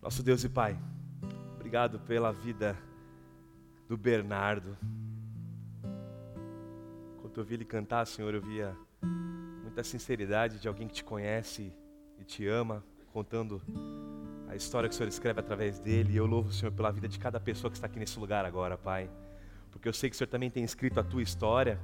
Nosso Deus e Pai, obrigado pela vida do Bernardo. Quando eu vi ele cantar, Senhor, eu via muita sinceridade de alguém que te conhece e te ama, contando a história que o Senhor escreve através dele. E eu louvo o Senhor pela vida de cada pessoa que está aqui nesse lugar agora, Pai. Porque eu sei que o Senhor também tem escrito a tua história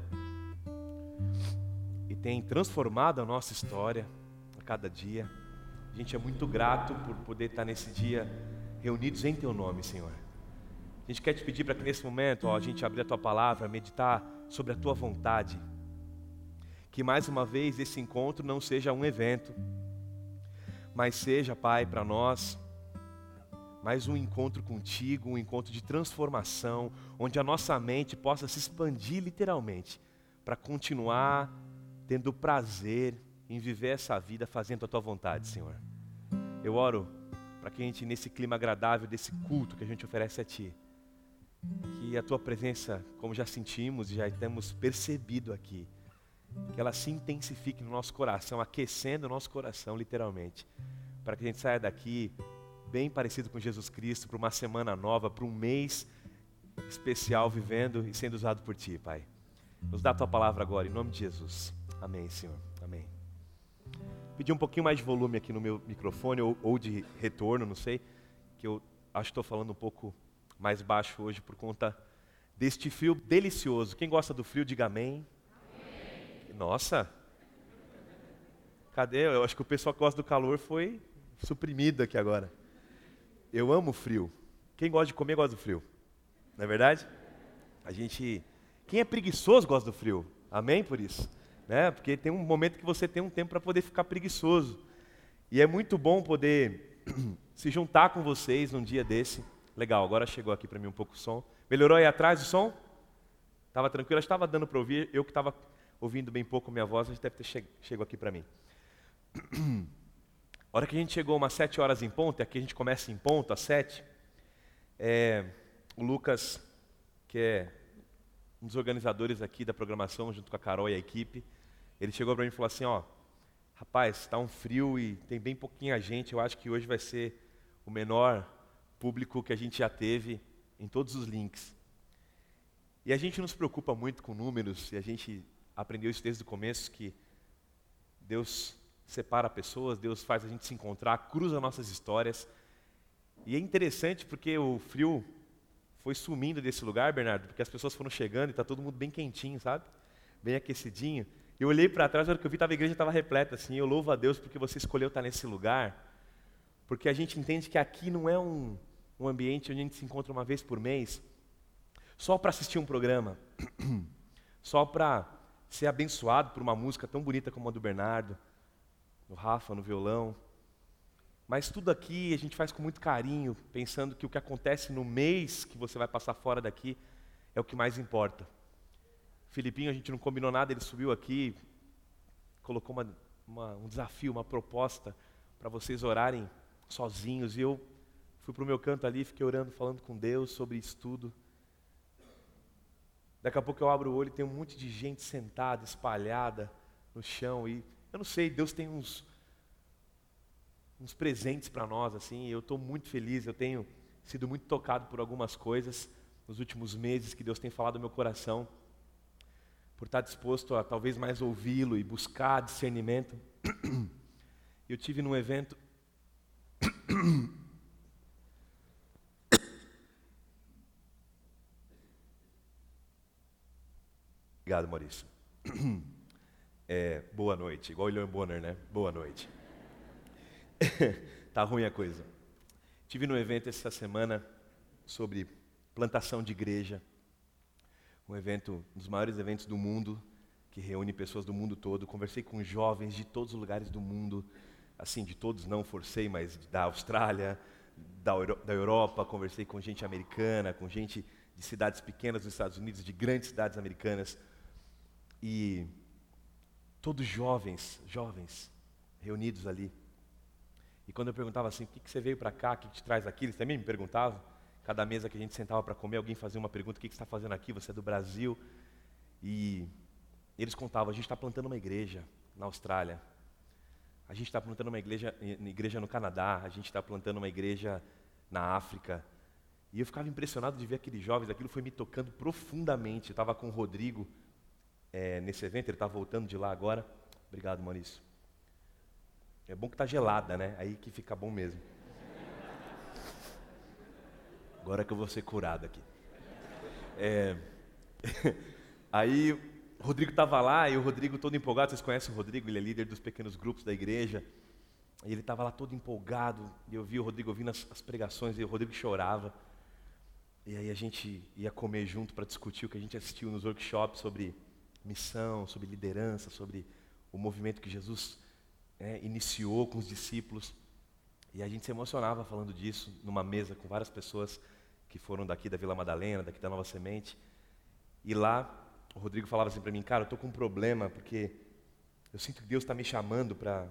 e tem transformado a nossa história a cada dia. A gente é muito grato por poder estar nesse dia reunidos em teu nome, Senhor. A gente quer te pedir para que nesse momento, a gente abrir a tua palavra, meditar sobre a tua vontade. Que mais uma vez esse encontro não seja um evento, mas seja, Pai, para nós, mais um encontro contigo, um encontro de transformação, onde a nossa mente possa se expandir literalmente, para continuar tendo prazer em viver essa vida fazendo a tua vontade, Senhor. Eu oro para que a gente, nesse clima agradável desse culto que a gente oferece a Ti, que a Tua presença, como já sentimos e já temos percebido aqui, que ela se intensifique no nosso coração, aquecendo o nosso coração literalmente, para que a gente saia daqui bem parecido com Jesus Cristo, para uma semana nova, para um mês especial vivendo e sendo usado por Ti, Pai. Nos dá a Tua palavra agora, em nome de Jesus. Amém, Senhor. Amém. Pedi um pouquinho mais de volume aqui no meu microfone, ou de retorno, não sei, que eu acho que estou falando um pouco mais baixo hoje por conta deste frio delicioso. Quem gosta do frio, diga amém. Amém. Nossa! Cadê? Eu acho que o pessoal que gosta do calor foi suprimido aqui agora. Eu amo o frio. Quem gosta de comer, gosta do frio. Não é verdade? Quem é preguiçoso gosta do frio. Amém por isso? Né? Porque tem um momento que você tem um tempo para poder ficar preguiçoso. E é muito bom poder se juntar com vocês num dia desse. Legal, agora chegou aqui para mim um pouco o som. Melhorou aí atrás o som? Estava tranquilo? Estava dando para ouvir. Eu que estava ouvindo bem pouco a minha voz, a gente deve ter chegou aqui para mim. A hora que a gente chegou umas 7 horas em ponto, e aqui a gente começa em ponto, às 7, o Lucas, que é um dos organizadores aqui da programação, junto com a Carol e a equipe, ele chegou para mim e falou assim, rapaz, está um frio e tem bem pouquinha gente, eu acho que hoje vai ser o menor público que a gente já teve em todos os links. E a gente não se preocupa muito com números, e a gente aprendeu isso desde o começo, que Deus separa pessoas, Deus faz a gente se encontrar, cruza nossas histórias. E é interessante porque o frio foi sumindo desse lugar, Bernardo, porque as pessoas foram chegando e está todo mundo bem quentinho, sabe? Bem aquecidinho. Eu olhei para trás, na hora que eu vi, a igreja estava repleta, assim. Eu louvo a Deus porque você escolheu estar nesse lugar, porque a gente entende que aqui não é um ambiente onde a gente se encontra uma vez por mês, só para assistir um programa, só para ser abençoado por uma música tão bonita como a do Bernardo, do Rafa no violão. Mas tudo aqui a gente faz com muito carinho, pensando que o que acontece no mês que você vai passar fora daqui é o que mais importa. Filipinho, a gente não combinou nada, ele subiu aqui, colocou um desafio, uma proposta para vocês orarem sozinhos. E eu fui para o meu canto ali, fiquei orando, falando com Deus sobre isso tudo. Daqui a pouco eu abro o olho e tem um monte de gente sentada, espalhada no chão. E eu não sei, Deus tem uns presentes para nós, assim, eu estou muito feliz, eu tenho sido muito tocado por algumas coisas nos últimos meses que Deus tem falado no meu coração, por estar disposto a talvez mais ouvi-lo e buscar discernimento. Eu tive num evento Obrigado, Maurício. Boa noite, igual o William Bonner, né? Boa noite. Tá ruim a coisa. Tive num evento essa semana sobre plantação de igreja, um dos maiores eventos do mundo, que reúne pessoas do mundo todo. Conversei com jovens de todos os lugares do mundo, assim, de todos não forcei, mas da Austrália, da Europa, conversei com gente americana, com gente de cidades pequenas dos Estados Unidos, de grandes cidades americanas, e todos jovens reunidos ali. E quando eu perguntava assim, por que você veio para cá, o que te traz aqui, eles também me perguntavam. Cada mesa que a gente sentava para comer, alguém fazia uma pergunta, o que você está fazendo aqui, você é do Brasil? E eles contavam, a gente está plantando uma igreja na Austrália. A gente está plantando uma igreja no Canadá, a gente está plantando uma igreja na África. E eu ficava impressionado de ver aqueles jovens, aquilo foi me tocando profundamente. Eu estava com o Rodrigo nesse evento, ele está voltando de lá agora. Obrigado, Maurício. É bom que está gelada, né? Aí que fica bom mesmo. Agora que eu vou ser curado aqui. Aí o Rodrigo estava lá, e o Rodrigo todo empolgado, vocês conhecem o Rodrigo, ele é líder dos pequenos grupos da igreja. E ele estava lá todo empolgado, e eu vi o Rodrigo ouvindo as pregações, e o Rodrigo chorava. E aí a gente ia comer junto para discutir o que a gente assistiu nos workshops sobre missão, sobre liderança, sobre o movimento que Jesus iniciou com os discípulos. E a gente se emocionava falando disso numa mesa com várias pessoas que foram daqui da Vila Madalena, daqui da Nova Semente. E lá o Rodrigo falava assim para mim, cara, eu estou com um problema porque eu sinto que Deus está me chamando para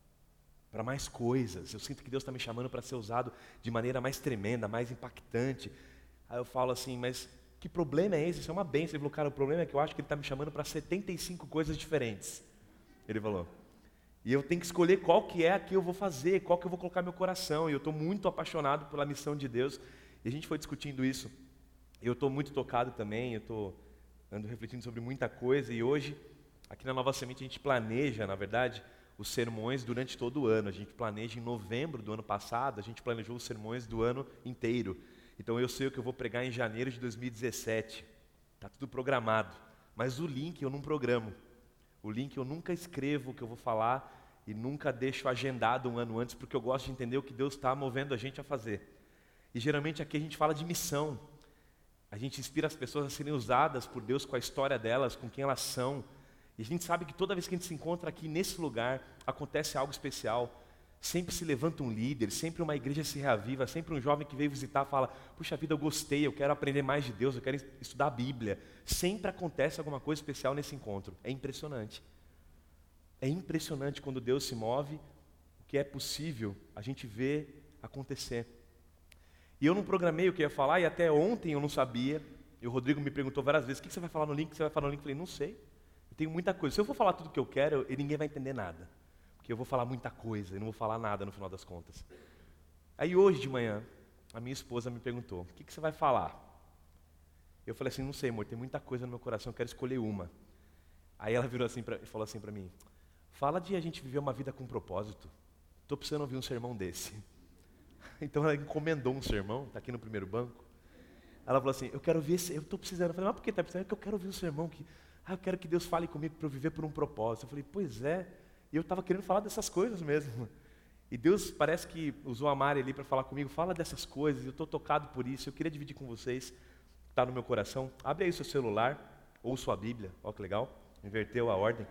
mais coisas. Eu sinto que Deus está me chamando para ser usado de maneira mais tremenda, mais impactante. Aí eu falo assim, mas que problema é esse? Isso é uma bênção. Ele falou, cara, o problema é que eu acho que Ele está me chamando para 75 coisas diferentes. Ele falou. E eu tenho que escolher qual que é a que eu vou fazer, qual que eu vou colocar meu coração. E eu estou muito apaixonado pela missão de Deus. E a gente foi discutindo isso. Eu estou muito tocado também, ando refletindo sobre muita coisa. E hoje, aqui na Nova Semente, a gente planeja, na verdade, os sermões durante todo o ano. A gente planeja em novembro do ano passado, a gente planejou os sermões do ano inteiro. Então eu sei o que eu vou pregar em janeiro de 2017. Está tudo programado. Mas o link eu não programo. O link eu nunca escrevo o que eu vou falar e nunca deixo agendado um ano antes, porque eu gosto de entender o que Deus está movendo a gente a fazer. E geralmente aqui a gente fala de missão. A gente inspira as pessoas a serem usadas por Deus com a história delas, com quem elas são. E a gente sabe que toda vez que a gente se encontra aqui nesse lugar, acontece algo especial. Sempre se levanta um líder, sempre uma igreja se reaviva, sempre um jovem que veio visitar fala, puxa vida, eu gostei, eu quero aprender mais de Deus, eu quero estudar a Bíblia. Sempre acontece alguma coisa especial nesse encontro. É impressionante. É impressionante quando Deus se move, o que é possível a gente vê acontecer. E eu não programei o que ia falar, e até ontem eu não sabia. E o Rodrigo me perguntou várias vezes, o que você vai falar no link? O que você vai falar no link? Eu falei, não sei. Eu tenho muita coisa. Se eu for falar tudo o que eu quero, ninguém vai entender nada. Porque eu vou falar muita coisa e não vou falar nada no final das contas. Aí hoje de manhã, a minha esposa me perguntou, o que você vai falar? Eu falei assim, não sei, amor, tem muita coisa no meu coração, eu quero escolher uma. Aí ela virou assim e falou assim para mim, fala de a gente viver uma vida com propósito. Estou precisando ouvir um sermão desse. Então ela encomendou um sermão, está aqui no primeiro banco. Ela falou assim, eu quero ouvir esse, eu estou precisando. Eu falei, mas por que está precisando? É que eu quero ouvir um sermão que, eu quero que Deus fale comigo para eu viver por um propósito. Eu falei, pois é. E eu estava querendo falar dessas coisas mesmo. E Deus parece que usou a Mari ali para falar comigo, fala dessas coisas, eu estou tocado por isso, eu queria dividir com vocês, está no meu coração. Abre aí o seu celular, ou sua Bíblia, olha que legal, inverteu a ordem.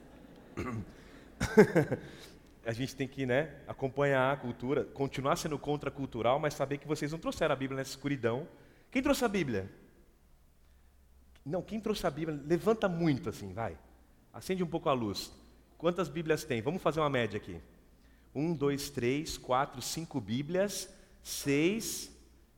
A gente tem que acompanhar a cultura, continuar sendo contracultural, mas saber que vocês não trouxeram a Bíblia nessa escuridão. Quem trouxe a Bíblia? Não, quem trouxe a Bíblia, levanta muito assim, vai. Acende um pouco a luz. Quantas Bíblias tem? Vamos fazer uma média aqui. 1, 2, 3, 4, 5 Bíblias, 6.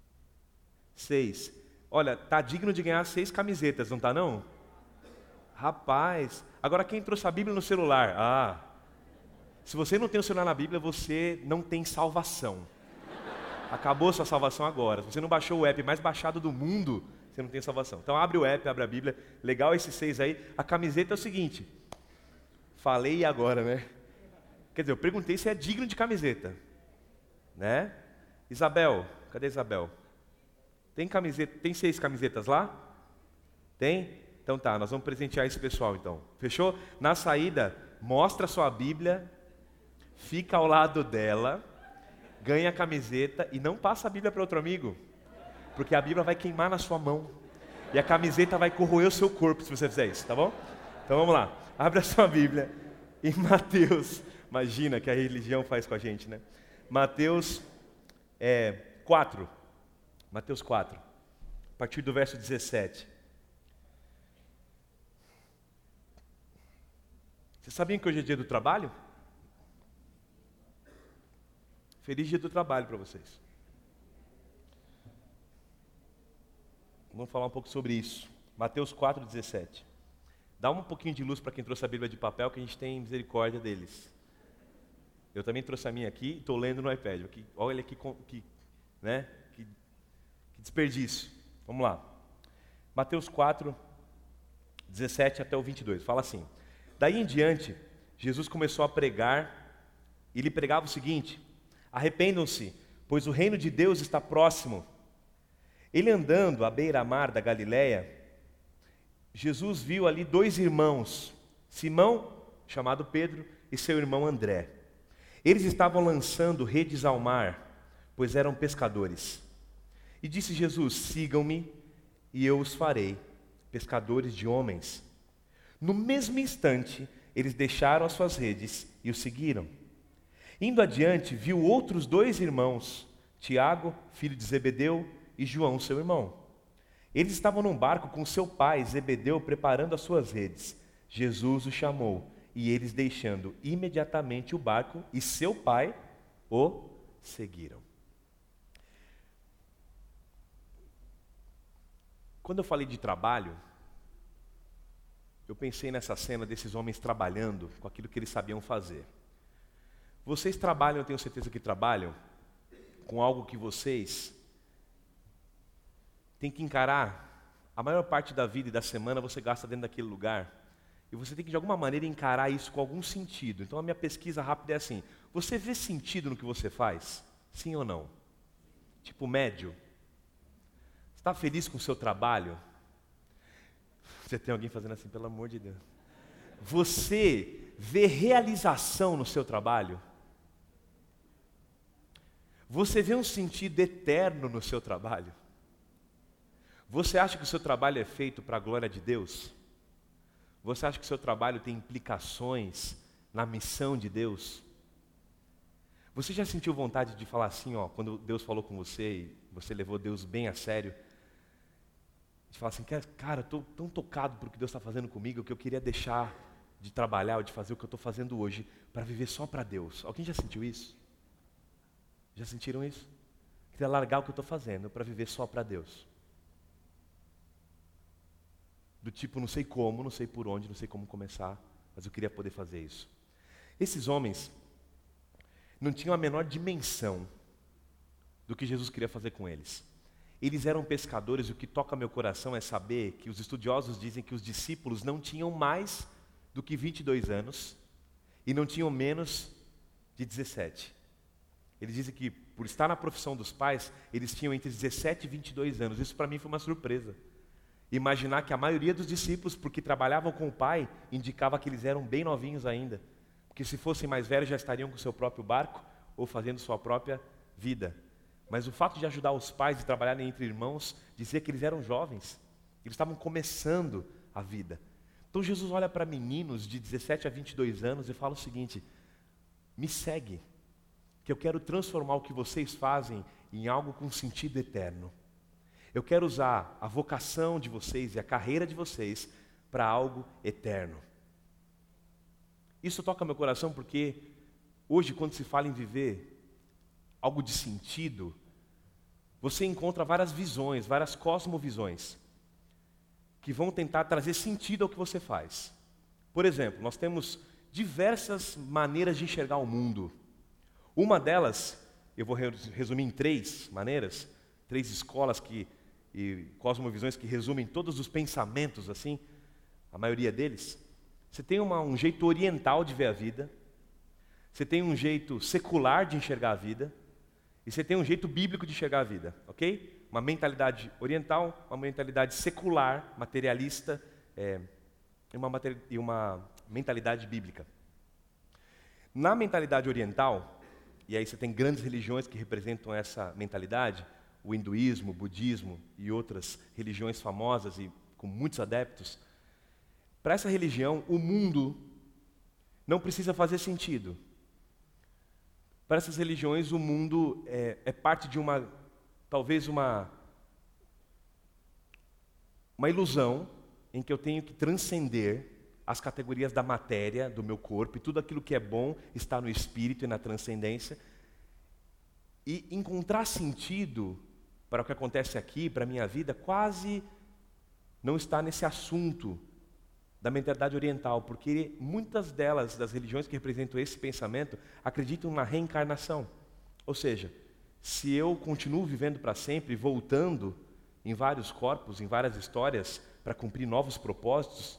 Olha, tá digno de ganhar 6 camisetas, não tá não? Rapaz, agora quem trouxe a Bíblia no celular? Se você não tem o celular na Bíblia, você não tem salvação. Acabou sua salvação agora. Se você não baixou o app mais baixado do mundo, você não tem salvação. Então abre o app, abre a Bíblia. Legal esses 6 aí. A camiseta é o seguinte. Falei agora, né? Quer dizer, eu perguntei se é digno de camiseta. Né? Isabel, cadê Isabel? Tem camiseta, tem 6 camisetas lá? Tem? Então tá, nós vamos presentear esse pessoal então. Fechou? Na saída, mostra a sua Bíblia, fica ao lado dela, ganha a camiseta e não passa a Bíblia para outro amigo. Porque a Bíblia vai queimar na sua mão. E a camiseta vai corroer o seu corpo se você fizer isso, tá bom? Então vamos lá. Abre a sua Bíblia em Mateus. Imagina que a religião faz com a gente, né? Mateus 4. Mateus 4. A partir do verso 17. Vocês sabiam que hoje é dia do trabalho? Feliz dia do trabalho para vocês. Vamos falar um pouco sobre isso. Mateus 4, 17. Dá um pouquinho de luz para quem trouxe a Bíblia de papel, que a gente tem misericórdia deles. Eu também trouxe a minha aqui e estou lendo no iPad. Olha né? Que desperdício. Vamos lá. Mateus 4, 17 até o 22. Fala assim: daí em diante, Jesus começou a pregar, e ele pregava o seguinte: arrependam-se, pois o reino de Deus está próximo. Ele andando à beira-mar da Galileia, Jesus viu ali 2 irmãos, Simão, chamado Pedro, e seu irmão André. Eles estavam lançando redes ao mar, pois eram pescadores. E disse Jesus: sigam-me, e eu os farei pescadores de homens. No mesmo instante, eles deixaram as suas redes e o seguiram. Indo adiante, viu outros 2 irmãos, Tiago, filho de Zebedeu, e João, seu irmão. Eles estavam num barco com seu pai, Zebedeu, preparando as suas redes. Jesus os chamou, e eles, deixando imediatamente o barco e seu pai, o seguiram. Quando eu falei de trabalho, eu pensei nessa cena desses homens trabalhando com aquilo que eles sabiam fazer. Vocês trabalham, eu tenho certeza que trabalham, com algo que vocês têm que encarar. A maior parte da vida e da semana você gasta dentro daquele lugar. E você tem que, de alguma maneira, encarar isso com algum sentido. Então, a minha pesquisa rápida é assim: você vê sentido no que você faz? Sim ou não? Tipo, médio. Está feliz com o seu trabalho? Você tem alguém fazendo assim, pelo amor de Deus. Você vê realização no seu trabalho? Você vê um sentido eterno no seu trabalho? Você acha que o seu trabalho é feito para a glória de Deus? Você acha que o seu trabalho tem implicações na missão de Deus? Você já sentiu vontade de falar assim, quando Deus falou com você e você levou Deus bem a sério? De falar assim: cara, eu estou tão tocado por o que Deus está fazendo comigo, que eu queria deixar de trabalhar ou de fazer o que eu estou fazendo hoje para viver só para Deus. Alguém já sentiu isso? Já sentiram isso? Queria largar o que eu estou fazendo para viver só para Deus. Do tipo, não sei como, não sei por onde, não sei como começar, mas eu queria poder fazer isso. Esses homens não tinham a menor dimensão do que Jesus queria fazer com eles. Eles eram pescadores, e o que toca meu coração é saber que os estudiosos dizem que os discípulos não tinham mais do que 22 anos e não tinham menos de 17. Eles dizem que, por estar na profissão dos pais, eles tinham entre 17 e 22 anos. Isso para mim foi uma surpresa. Imaginar que a maioria dos discípulos, porque trabalhavam com o pai, indicava que eles eram bem novinhos ainda. Porque se fossem mais velhos já estariam com o seu próprio barco ou fazendo sua própria vida. Mas o fato de ajudar os pais e trabalharem entre irmãos, dizia que eles eram jovens. Eles estavam começando a vida. Então Jesus olha para meninos de 17 a 22 anos e fala o seguinte: me segue, que eu quero transformar o que vocês fazem em algo com sentido eterno. Eu quero usar a vocação de vocês e a carreira de vocês para algo eterno. Isso toca meu coração porque hoje, quando se fala em viver algo de sentido, você encontra várias visões, várias cosmovisões, que vão tentar trazer sentido ao que você faz. Por exemplo, nós temos diversas maneiras de enxergar o mundo. Uma delas, eu vou resumir em 3 maneiras, 3 escolas e cosmovisões que resumem todos os pensamentos, assim, a maioria deles. Você tem um jeito oriental de ver a vida, você tem um jeito secular de enxergar a vida, e você tem um jeito bíblico de enxergar a vida, ok? Uma mentalidade oriental, uma mentalidade secular, materialista, e uma mentalidade bíblica. Na mentalidade oriental, e aí você tem grandes religiões que representam essa mentalidade, o hinduísmo, o budismo e outras religiões famosas e com muitos adeptos. Para essa religião, o mundo não precisa fazer sentido. Para essas religiões, o mundo é parte de talvez uma ilusão em que eu tenho que transcender as categorias da matéria, do meu corpo, e tudo aquilo que é bom está no espírito e na transcendência, e encontrar sentido para o que acontece aqui, para a minha vida, quase não está nesse assunto da mentalidade oriental, porque muitas delas, das religiões que representam esse pensamento, acreditam na reencarnação. Ou seja, se eu continuo vivendo para sempre, voltando em vários corpos, em várias histórias, para cumprir novos propósitos,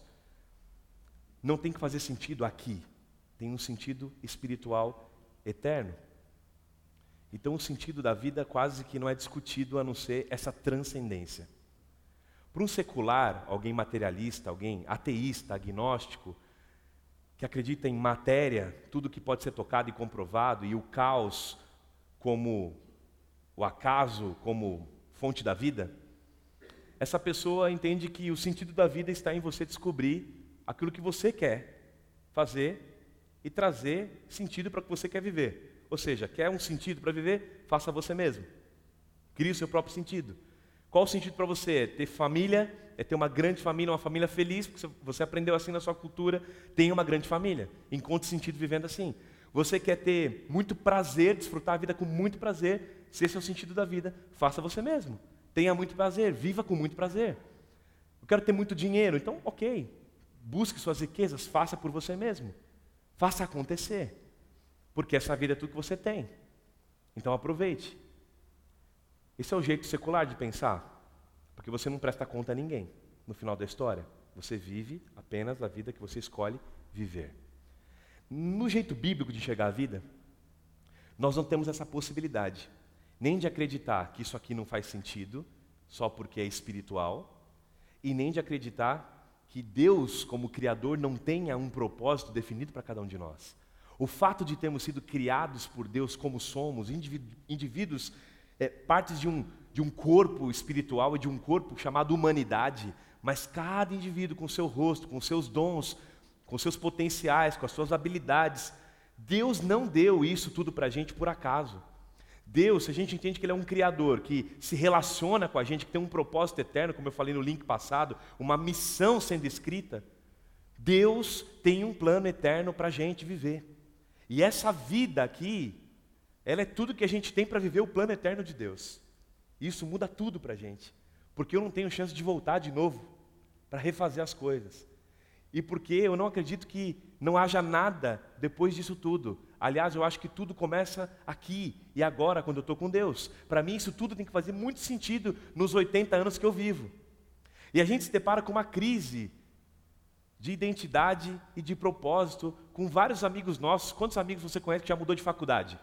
não tem que fazer sentido aqui. Tem um sentido espiritual eterno. Então o sentido da vida quase que não é discutido a não ser essa transcendência. Para um secular, alguém materialista, alguém ateísta, agnóstico, que acredita em matéria, tudo que pode ser tocado e comprovado, e o caos como o acaso como fonte da vida, essa pessoa entende que o sentido da vida está em você descobrir aquilo que você quer fazer e trazer sentido para o que você quer viver. Ou seja, quer um sentido para viver? Faça você mesmo. Crie o seu próprio sentido. Qual o sentido para você? É ter família, é ter uma grande família, uma família feliz, porque você aprendeu assim na sua cultura, tenha uma grande família. Encontre sentido vivendo assim. Você quer ter muito prazer, desfrutar a vida com muito prazer, se esse é o sentido da vida, faça você mesmo. Tenha muito prazer, viva com muito prazer. Eu quero ter muito dinheiro, então ok, busque suas riquezas, faça por você mesmo. Faça acontecer, porque essa vida é tudo que você tem. Então aproveite. Esse é o jeito secular de pensar, porque você não presta conta a ninguém no final da história. Você vive apenas a vida que você escolhe viver. No jeito bíblico de enxergar a vida, nós não temos essa possibilidade, nem de acreditar que isso aqui não faz sentido, só porque é espiritual, e nem de acreditar que Deus, como Criador, não tenha um propósito definido para cada um de nós. O fato de termos sido criados por Deus como somos, indivíduos, partes de um corpo espiritual e de um corpo chamado humanidade, mas cada indivíduo com seu rosto, com seus dons, com seus potenciais, com as suas habilidades. Deus não deu isso tudo para a gente por acaso. Deus, se a gente entende que Ele é um Criador, que se relaciona com a gente, que tem um propósito eterno, como eu falei no link passado, uma missão sendo escrita, Deus tem um plano eterno para a gente viver. E essa vida aqui, ela é tudo que a gente tem para viver o plano eterno de Deus. Isso muda tudo para a gente, porque eu não tenho chance de voltar de novo para refazer as coisas. E porque eu não acredito que não haja nada depois disso tudo. Aliás, eu acho que tudo começa aqui e agora, quando eu estou com Deus. Para mim, isso tudo tem que fazer muito sentido nos 80 anos que eu vivo. E a gente se depara com uma crise de identidade e de propósito com vários amigos nossos. Quantos amigos você conhece que já mudou de faculdade?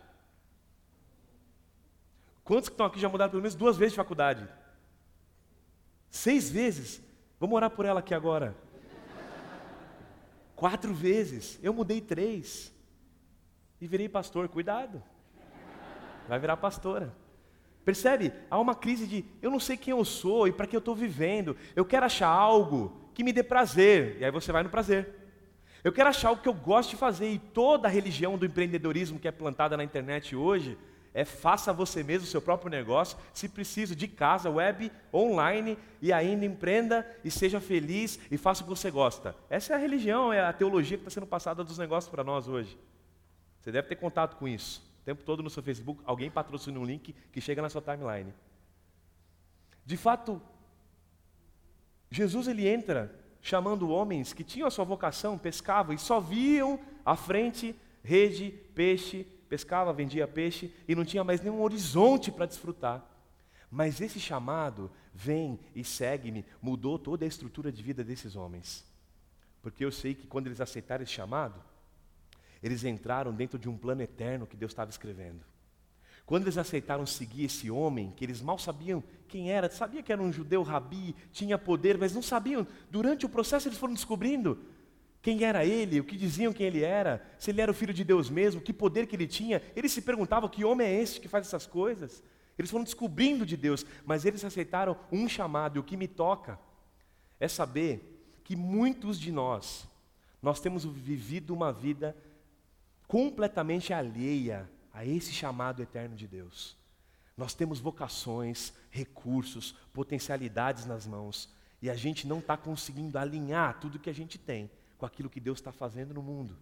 Quantos que estão aqui já mudaram pelo menos 2 vezes de faculdade? 6 vezes? Vamos orar por ela aqui agora. 4 vezes, eu mudei 3 e virei pastor, cuidado, vai virar pastora. Percebe? Há uma crise de, eu não sei quem eu sou e para que eu estou vivendo, eu quero achar algo que me dê prazer, e aí você vai no prazer. Eu quero achar algo que eu gosto de fazer, e toda a religião do empreendedorismo que é plantada na internet hoje, faça você mesmo o seu próprio negócio, se preciso, de casa, web, online, e ainda empreenda e seja feliz e faça o que você gosta. Essa é a religião, é a teologia que está sendo passada dos negócios para nós hoje. Você deve ter contato com isso. O tempo todo no seu Facebook, alguém patrocina um link que chega na sua timeline. De fato, Jesus ele entra chamando homens que tinham a sua vocação, pescavam e só viam à frente rede, peixe, pescava, vendia peixe e não tinha mais nenhum horizonte para desfrutar. Mas esse chamado, vem e segue-me, mudou toda a estrutura de vida desses homens. Porque eu sei que quando eles aceitaram esse chamado, eles entraram dentro de um plano eterno que Deus estava escrevendo. Quando eles aceitaram seguir esse homem, que eles mal sabiam quem era, sabia que era um judeu rabi, tinha poder, mas não sabiam. Durante o processo eles foram descobrindo quem era ele, o que diziam quem ele era, se ele era o filho de Deus mesmo, que poder que ele tinha. Eles se perguntavam, que homem é esse que faz essas coisas? Eles foram descobrindo de Deus, mas eles aceitaram um chamado. E o que me toca é saber que muitos de nós temos vivido uma vida completamente alheia a esse chamado eterno de Deus. Nós temos vocações, recursos, potencialidades nas mãos, e a gente não está conseguindo alinhar tudo que a gente tem com aquilo que Deus está fazendo no mundo.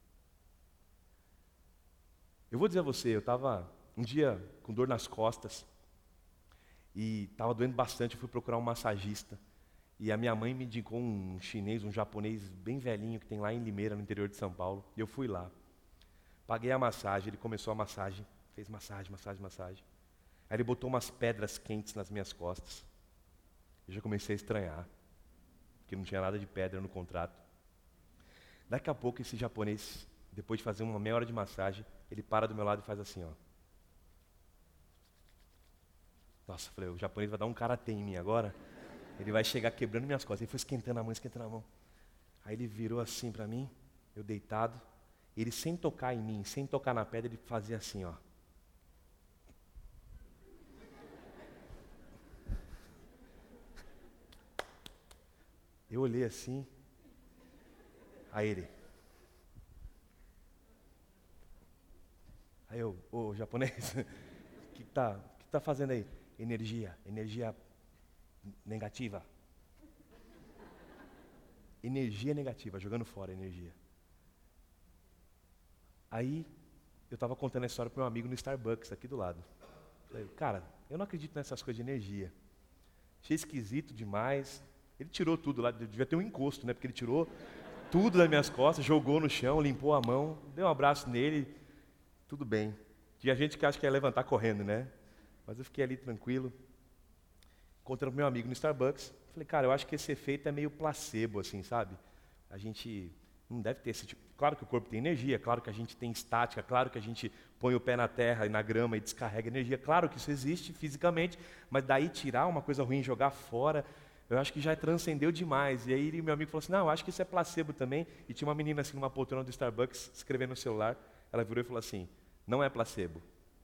Eu vou dizer a você, eu estava um dia com dor nas costas, e estava doendo bastante, eu fui procurar um massagista, E a minha mãe me indicou um chinês, um japonês bem velhinho que tem lá em Limeira, no interior de São Paulo. E eu fui lá. Paguei a massagem, ele começou a massagem, fez massagem. Aí ele botou umas pedras quentes nas minhas costas. Eu já comecei a estranhar, porque não tinha nada de pedra no contrato. Daqui a pouco esse japonês, depois de fazer uma meia hora de massagem, ele para do meu lado e faz assim, ó. Nossa, eu falei, o japonês vai dar um karatê em mim agora. Ele vai chegar quebrando minhas costas. Ele foi esquentando a mão. Aí ele virou assim para mim, eu deitado. Ele sem tocar em mim, sem tocar na pedra, ele fazia assim, ó. Eu olhei assim. Aí ele. Aí eu, ô japonês, o que tá fazendo aí? Energia negativa. Energia negativa, jogando fora a energia. Aí, eu estava contando a história para um amigo no Starbucks, aqui do lado. Falei, cara, eu não acredito nessas coisas de energia. Achei esquisito demais. Ele tirou tudo lá, devia ter um encosto, né? Porque ele tirou tudo das minhas costas, jogou no chão, limpou a mão, deu um abraço nele, tudo bem. Tinha gente que acha que ia levantar correndo, né? Mas eu fiquei ali tranquilo. Encontrando meu amigo no Starbucks, falei, cara, eu acho que esse efeito é meio placebo, assim, sabe? A gente não deve ter esse tipo. Claro que o corpo tem energia, claro que a gente tem estática, claro que a gente põe o pé na terra e na grama e descarrega energia, claro que isso existe fisicamente, mas daí tirar uma coisa ruim e jogar fora, eu acho que já transcendeu demais. E aí meu amigo falou assim, não, eu acho que isso é placebo também. E tinha uma menina assim numa poltrona do Starbucks, escrevendo no celular, ela virou e falou assim, não é placebo.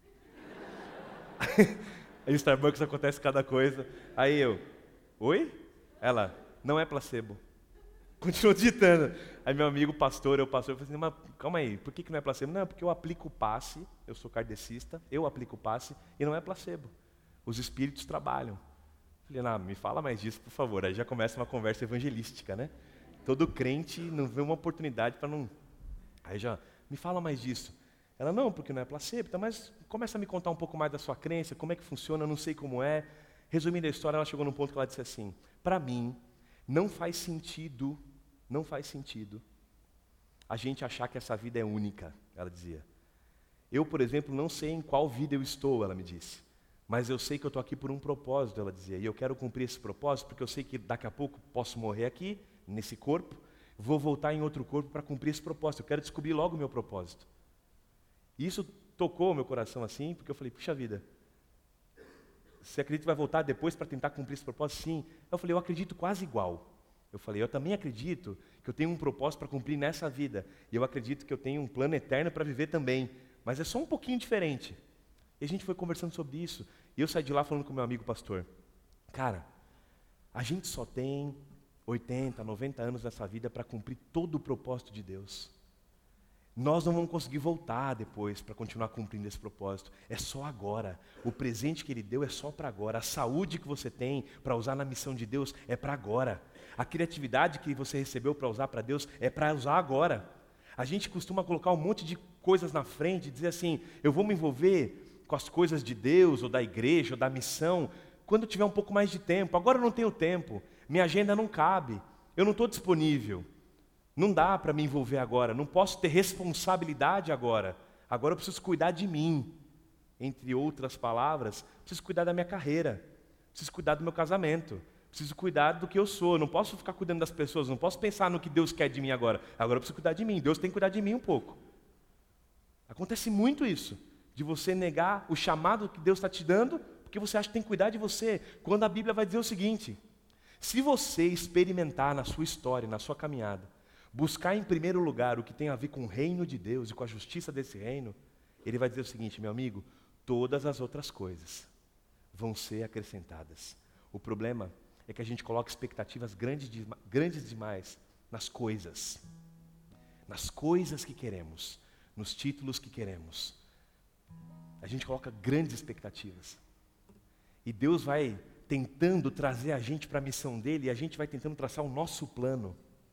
Aí no Starbucks acontece cada coisa. Aí eu, oi? Ela, não é placebo. Continuou digitando. Aí meu amigo pastor, eu falei assim, mas calma aí, por que não é placebo? Não, porque eu aplico o passe, eu sou kardecista, eu aplico o passe e não é placebo. Os espíritos trabalham. Falei, não, me fala mais disso, por favor. Aí já começa uma conversa evangelística, né? Todo crente não vê uma oportunidade para não... Aí já, me fala mais disso. Ela, não, porque não é placebo, tá, mas começa a me contar um pouco mais da sua crença, como é que funciona, eu não sei como é. Resumindo a história, ela chegou num ponto que ela disse assim, para mim, não faz sentido a gente achar que essa vida é única, ela dizia. Eu, por exemplo, não sei em qual vida eu estou, ela me disse, mas eu sei que eu estou aqui por um propósito, ela dizia, e eu quero cumprir esse propósito, porque eu sei que daqui a pouco posso morrer aqui, nesse corpo, vou voltar em outro corpo para cumprir esse propósito, eu quero descobrir logo o meu propósito. E isso tocou o meu coração assim, porque eu falei, puxa vida, você acredita que vai voltar depois para tentar cumprir esse propósito? Sim. Eu falei, eu acredito quase igual. Eu falei, eu também acredito que eu tenho um propósito para cumprir nessa vida. E eu acredito que eu tenho um plano eterno para viver também. Mas é só um pouquinho diferente. E a gente foi conversando sobre isso. E eu saí de lá falando com meu amigo pastor. Cara, a gente só tem 80, 90 anos nessa vida para cumprir todo o propósito de Deus. Nós não vamos conseguir voltar depois para continuar cumprindo esse propósito. É só agora. O presente que Ele deu é só para agora. A saúde que você tem para usar na missão de Deus é para agora. A criatividade que você recebeu para usar para Deus é para usar agora. A gente costuma colocar um monte de coisas na frente e dizer assim, eu vou me envolver com as coisas de Deus, ou da igreja, ou da missão, quando eu tiver um pouco mais de tempo. Agora eu não tenho tempo, minha agenda não cabe, eu não estou disponível. Não dá para me envolver agora, não posso ter responsabilidade agora. Agora eu preciso cuidar de mim. Entre outras palavras, preciso cuidar da minha carreira, preciso cuidar do meu casamento, preciso cuidar do que eu sou. Não posso ficar cuidando das pessoas, não posso pensar no que Deus quer de mim agora. Agora eu preciso cuidar de mim, Deus tem que cuidar de mim um pouco. Acontece muito isso, de você negar o chamado que Deus está te dando, porque você acha que tem que cuidar de você, quando a Bíblia vai dizer o seguinte, se você experimentar na sua história, na sua caminhada, buscar em primeiro lugar o que tem a ver com o reino de Deus e com a justiça desse reino, Ele vai dizer o seguinte, meu amigo, todas as outras coisas vão ser acrescentadas. O problema é que a gente coloca expectativas grandes demais nas coisas que queremos, nos títulos que queremos. A gente coloca grandes expectativas. E Deus vai tentando trazer a gente para a missão dEle e a gente vai tentando traçar o nosso plano.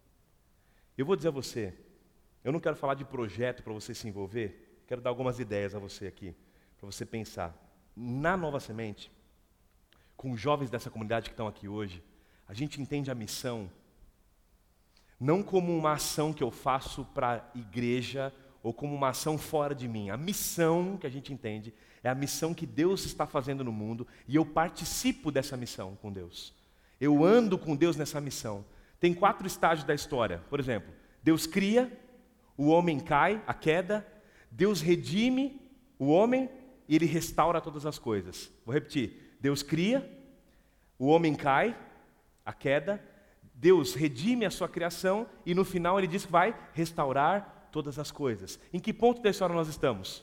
Eu vou dizer a você, eu não quero falar de projeto para você se envolver, quero dar algumas ideias a você aqui, para você pensar. Na Nova Semente, com os jovens dessa comunidade que estão aqui hoje, a gente entende a missão não como uma ação que eu faço para a igreja ou como uma ação fora de mim. A missão que a gente entende é a missão que Deus está fazendo no mundo e eu participo dessa missão com Deus. Eu ando com Deus nessa missão. Tem 4 estágios da história. Por exemplo, Deus cria, o homem cai, a queda, Deus redime o homem e ele restaura todas as coisas. Vou repetir. Deus cria, o homem cai, a queda, Deus redime a sua criação e no final ele diz que vai restaurar todas as coisas. Em que ponto da história nós estamos?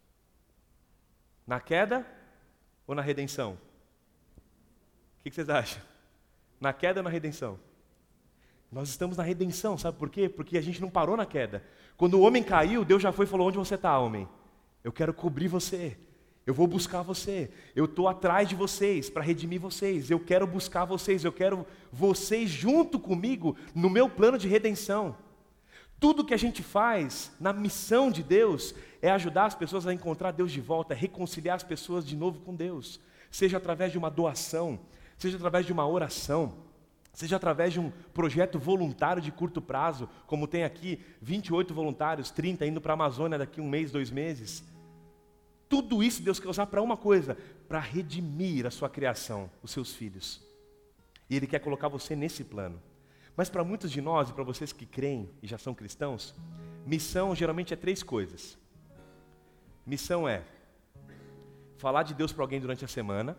Na queda ou na redenção? O que vocês acham? Na queda ou na redenção? Nós estamos na redenção, sabe por quê? Porque a gente não parou na queda. Quando o homem caiu, Deus já foi e falou: onde você está, homem? Eu quero cobrir você. Eu vou buscar você. Eu estou atrás de vocês para redimir vocês. Eu quero buscar vocês. Eu quero vocês junto comigo no meu plano de redenção. Tudo que a gente faz na missão de Deus é ajudar as pessoas a encontrar Deus de volta, é reconciliar as pessoas de novo com Deus. Seja através de uma doação, seja através de uma oração, seja através de um projeto voluntário de curto prazo, como tem aqui 28 voluntários, 30 indo para a Amazônia daqui 1 mês, 2 meses. Tudo isso Deus quer usar para uma coisa, para redimir a sua criação, os seus filhos. E Ele quer colocar você nesse plano. Mas para muitos de nós, e para vocês que creem e já são cristãos, missão geralmente é 3 coisas. Missão é falar de Deus para alguém durante a semana,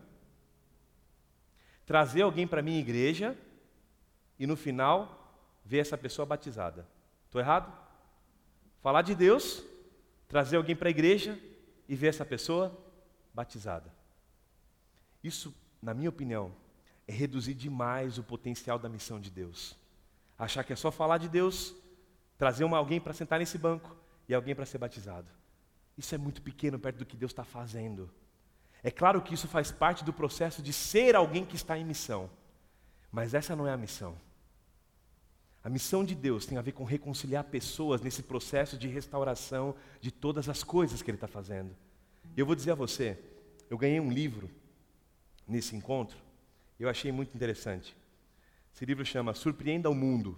trazer alguém para a minha igreja e no final ver essa pessoa batizada. Estou errado? Falar de Deus, trazer alguém para a igreja e ver essa pessoa batizada. Isso, na minha opinião, é reduzir demais o potencial da missão de Deus. Achar que é só falar de Deus, trazer alguém para sentar nesse banco e alguém para ser batizado. Isso é muito pequeno perto do que Deus está fazendo. É claro que isso faz parte do processo de ser alguém que está em missão. Mas essa não é a missão. A missão de Deus tem a ver com reconciliar pessoas nesse processo de restauração de todas as coisas que Ele está fazendo. E eu vou dizer a você, eu ganhei um livro nesse encontro, eu achei muito interessante. Esse livro chama Surpreenda o Mundo.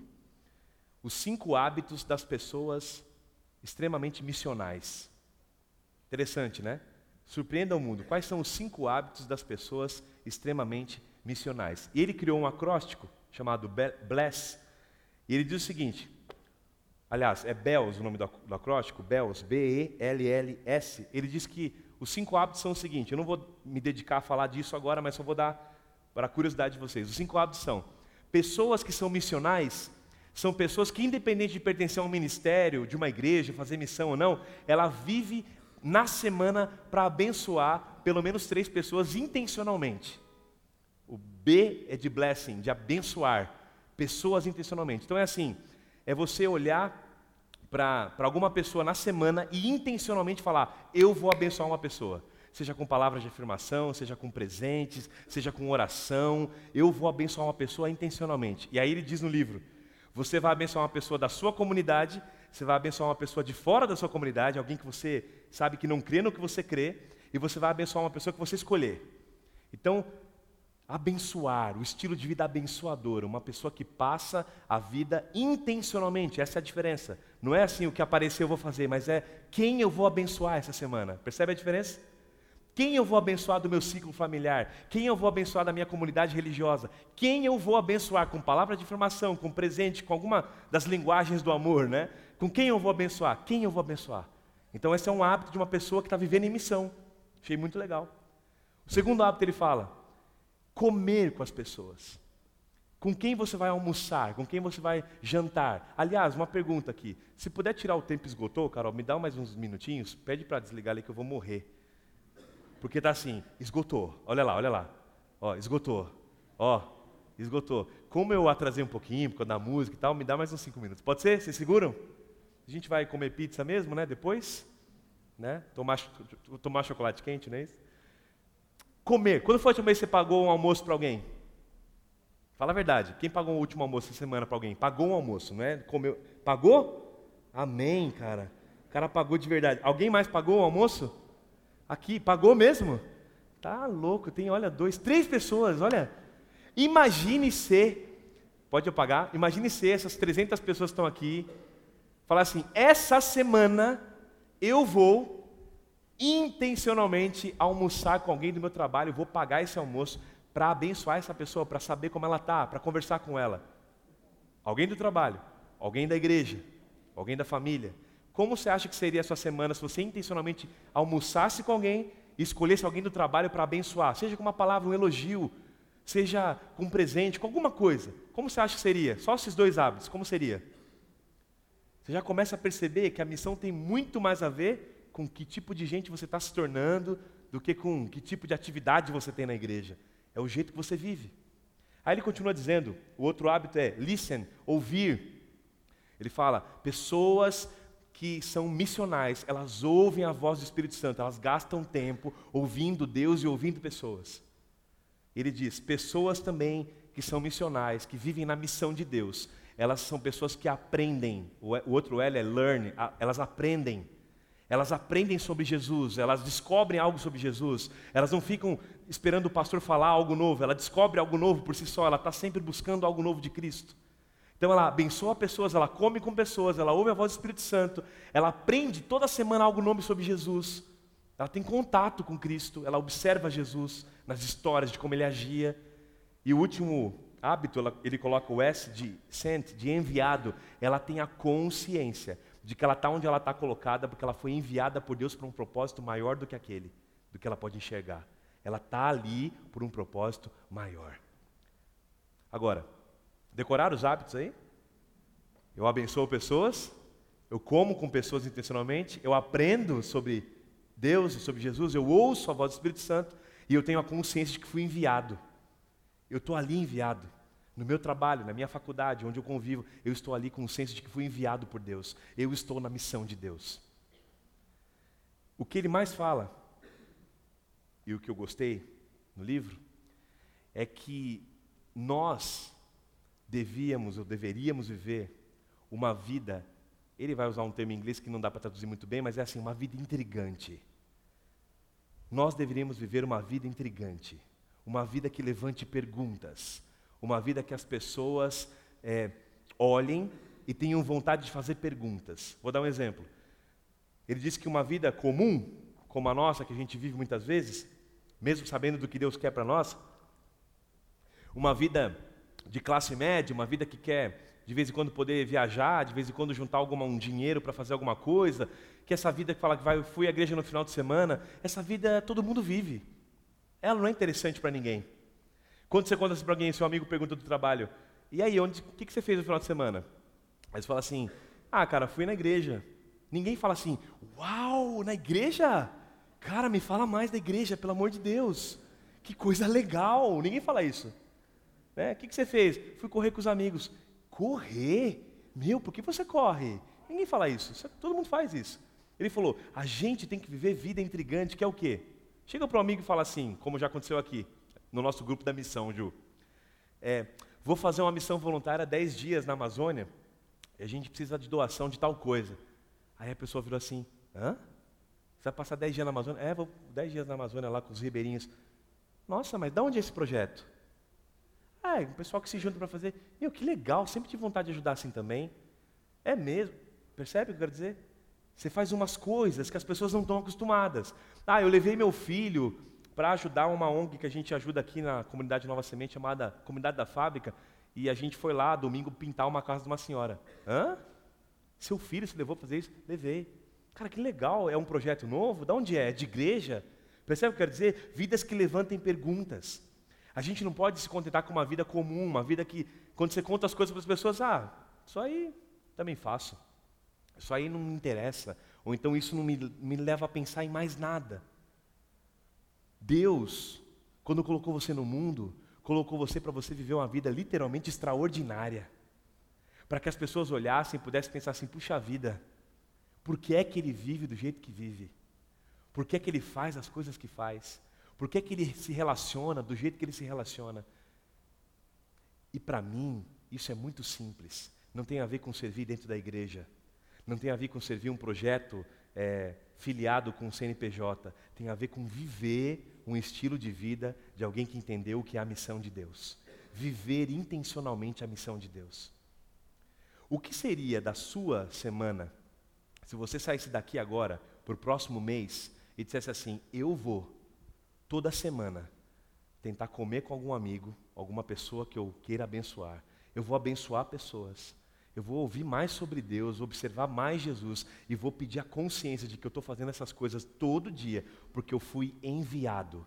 Os 5 hábitos das pessoas extremamente missionais. Interessante, né? Surpreenda o mundo. Quais são os 5 hábitos das pessoas extremamente missionais? E ele criou um acróstico chamado BLESS. E ele diz o seguinte, aliás, é BELS o nome do acróstico, BELS, B-E-L-L-S. Ele diz que os 5 hábitos são o seguinte, eu não vou me dedicar a falar disso agora, mas só vou dar para a curiosidade de vocês. Os 5 hábitos são: pessoas que são missionais são pessoas que, independente de pertencer a um ministério, de uma igreja, fazer missão ou não, ela vive na semana para abençoar pelo menos 3 pessoas intencionalmente. O B é de blessing, de abençoar pessoas intencionalmente. Então é assim, é você olhar para alguma pessoa na semana e intencionalmente falar: eu vou abençoar uma pessoa. Seja com palavras de afirmação, seja com presentes, seja com oração, eu vou abençoar uma pessoa intencionalmente. E aí ele diz no livro, você vai abençoar uma pessoa da sua comunidade, você vai abençoar uma pessoa de fora da sua comunidade, alguém que você sabe que não crê no que você crê, e você vai abençoar uma pessoa que você escolher. Então, abençoar, o estilo de vida abençoador, uma pessoa que passa a vida intencionalmente, essa é a diferença. Não é assim, o que aparecer eu vou fazer, mas é quem eu vou abençoar essa semana. Percebe a diferença? Quem eu vou abençoar do meu ciclo familiar? Quem eu vou abençoar da minha comunidade religiosa? Quem eu vou abençoar com palavra de afirmação, com presente, com alguma das linguagens do amor, né? Com quem eu vou abençoar? Quem eu vou abençoar? Então esse é um hábito de uma pessoa que está vivendo em missão. Achei muito legal. O segundo hábito ele fala, comer com as pessoas. Com quem você vai almoçar? Com quem você vai jantar? Aliás, uma pergunta aqui. Se puder tirar o tempo, esgotou, Carol? Me dá mais uns minutinhos. Pede para desligar ali que eu vou morrer. Porque está assim, esgotou. Olha lá. Ó, esgotou. Ó, esgotou. Como eu atrasei um pouquinho, por causa da música e tal, me dá mais uns 5 minutos. Pode ser? Vocês seguram? A gente vai comer pizza mesmo, né? Depois? Né? Tomar chocolate quente, não é isso? Comer. Quando foi a última vez que você pagou um almoço para alguém? Fala a verdade. Quem pagou o último almoço essa semana para alguém? Pagou um almoço, não é? Comeu. Pagou? Amém, cara. O cara pagou de verdade. Alguém mais pagou o almoço? Aqui, pagou mesmo? Tá louco, tem, olha, 2, 3 pessoas, olha. Imagine se, pode apagar? Imagine se essas 300 pessoas que estão aqui, falar assim, essa semana eu vou intencionalmente almoçar com alguém do meu trabalho, vou pagar esse almoço para abençoar essa pessoa, para saber como ela está, para conversar com ela. Alguém do trabalho, alguém da igreja, alguém da família. Como você acha que seria a sua semana se você intencionalmente almoçasse com alguém e escolhesse alguém do trabalho para abençoar? Seja com uma palavra, um elogio, seja com um presente, com alguma coisa. Como você acha que seria? Só esses 2 hábitos, como seria? Você já começa a perceber que a missão tem muito mais a ver com que tipo de gente você está se tornando do que com que tipo de atividade você tem na igreja. É o jeito que você vive. Aí ele continua dizendo, o outro hábito é listen, ouvir. Ele fala, pessoas que são missionais, elas ouvem a voz do Espírito Santo, elas gastam tempo ouvindo Deus e ouvindo pessoas. Ele diz, pessoas também que são missionais, que vivem na missão de Deus, elas são pessoas que aprendem, o outro L é learn, elas aprendem sobre Jesus, elas descobrem algo sobre Jesus, elas não ficam esperando o pastor falar algo novo, ela descobre algo novo por si só, ela está sempre buscando algo novo de Cristo. Então ela abençoa pessoas, ela come com pessoas, ela ouve a voz do Espírito Santo, ela aprende toda semana algo novo sobre Jesus, ela tem contato com Cristo, ela observa Jesus nas histórias de como ele agia. E o último hábito, ele coloca o S de sent, de enviado, ela tem a consciência de que ela está onde ela está colocada, porque ela foi enviada por Deus para um propósito maior do que aquele, do que ela pode enxergar. Ela está ali por um propósito maior. Agora, decorar os hábitos aí? Eu abençoo pessoas, eu como com pessoas intencionalmente, eu aprendo sobre Deus e sobre Jesus, eu ouço a voz do Espírito Santo e eu tenho a consciência de que fui enviado. Eu estou ali enviado. No meu trabalho, na minha faculdade, onde eu convivo, eu estou ali com o senso de que fui enviado por Deus. Eu estou na missão de Deus. O que ele mais fala, e o que eu gostei no livro, é que nós deveríamos viver uma vida, ele vai usar um termo em inglês que não dá para traduzir muito bem, mas é assim, uma vida intrigante. Nós deveríamos viver uma vida intrigante, uma vida que levante perguntas, uma vida que as pessoas olhem e tenham vontade de fazer perguntas. Vou dar um exemplo. Ele disse que uma vida comum, como a nossa, que a gente vive muitas vezes, mesmo sabendo do que Deus quer para nós, uma vida de classe média, uma vida que quer de vez em quando poder viajar, de vez em quando juntar um dinheiro para fazer alguma coisa, que essa vida que fala que fui à igreja no final de semana, essa vida todo mundo vive. Ela não é interessante para ninguém. Quando você conta isso para alguém, seu amigo pergunta do trabalho, e aí, o que você fez no final de semana? Aí você fala assim, cara, fui na igreja. Ninguém fala assim, uau, na igreja? Cara, me fala mais da igreja, pelo amor de Deus. Que coisa legal, ninguém fala isso. O que você fez? Fui correr com os amigos. Correr? Meu, por que você corre? Ninguém fala isso, todo mundo faz isso. Ele falou, a gente tem que viver vida intrigante, que é o quê? Chega para um amigo e fala assim, como já aconteceu aqui, no nosso grupo da missão, Ju. Vou fazer uma missão voluntária 10 dias na Amazônia, e a gente precisa de doação de tal coisa. Aí a pessoa virou assim, hã? Você vai passar 10 dias na Amazônia? Vou 10 dias na Amazônia lá com os ribeirinhos. Nossa, mas de onde é esse projeto? Um pessoal que se junta para fazer. Meu, que legal, sempre tive vontade de ajudar assim também. É mesmo, percebe o que eu quero dizer? Você faz umas coisas que as pessoas não estão acostumadas. Eu levei meu filho para ajudar uma ONG que a gente ajuda aqui na comunidade Nova Semente, chamada Comunidade da Fábrica, e a gente foi lá, domingo, pintar uma casa de uma senhora. Hã? Seu filho se levou para fazer isso? Levei. Cara, que legal, é um projeto novo? De onde é? É de igreja? Percebe o que eu quero dizer? Vidas que levantem perguntas. A gente não pode se contentar com uma vida comum, uma vida que, quando você conta as coisas para as pessoas, isso aí também faço. Isso aí não me interessa. Ou então isso não me leva a pensar em mais nada. Deus, quando colocou você no mundo, colocou você para você viver uma vida literalmente extraordinária. Para que as pessoas olhassem e pudessem pensar assim, puxa vida, por que é que ele vive do jeito que vive? Por que é que ele faz as coisas que faz? Por que é que ele se relaciona do jeito que ele se relaciona? E para mim, isso é muito simples. Não tem a ver com servir dentro da igreja. Não tem a ver com servir um projeto filiado com o CNPJ. Tem a ver com viver um estilo de vida de alguém que entendeu o que é a missão de Deus. viver intencionalmente a missão de Deus. O que seria da sua semana se você saísse daqui agora, para o próximo mês, e dissesse assim: eu vou, toda semana, tentar comer com algum amigo, alguma pessoa que eu queira abençoar. Eu vou abençoar pessoas. Eu vou ouvir mais sobre Deus, observar mais Jesus e vou pedir a consciência de que eu estou fazendo essas coisas todo dia, porque eu fui enviado.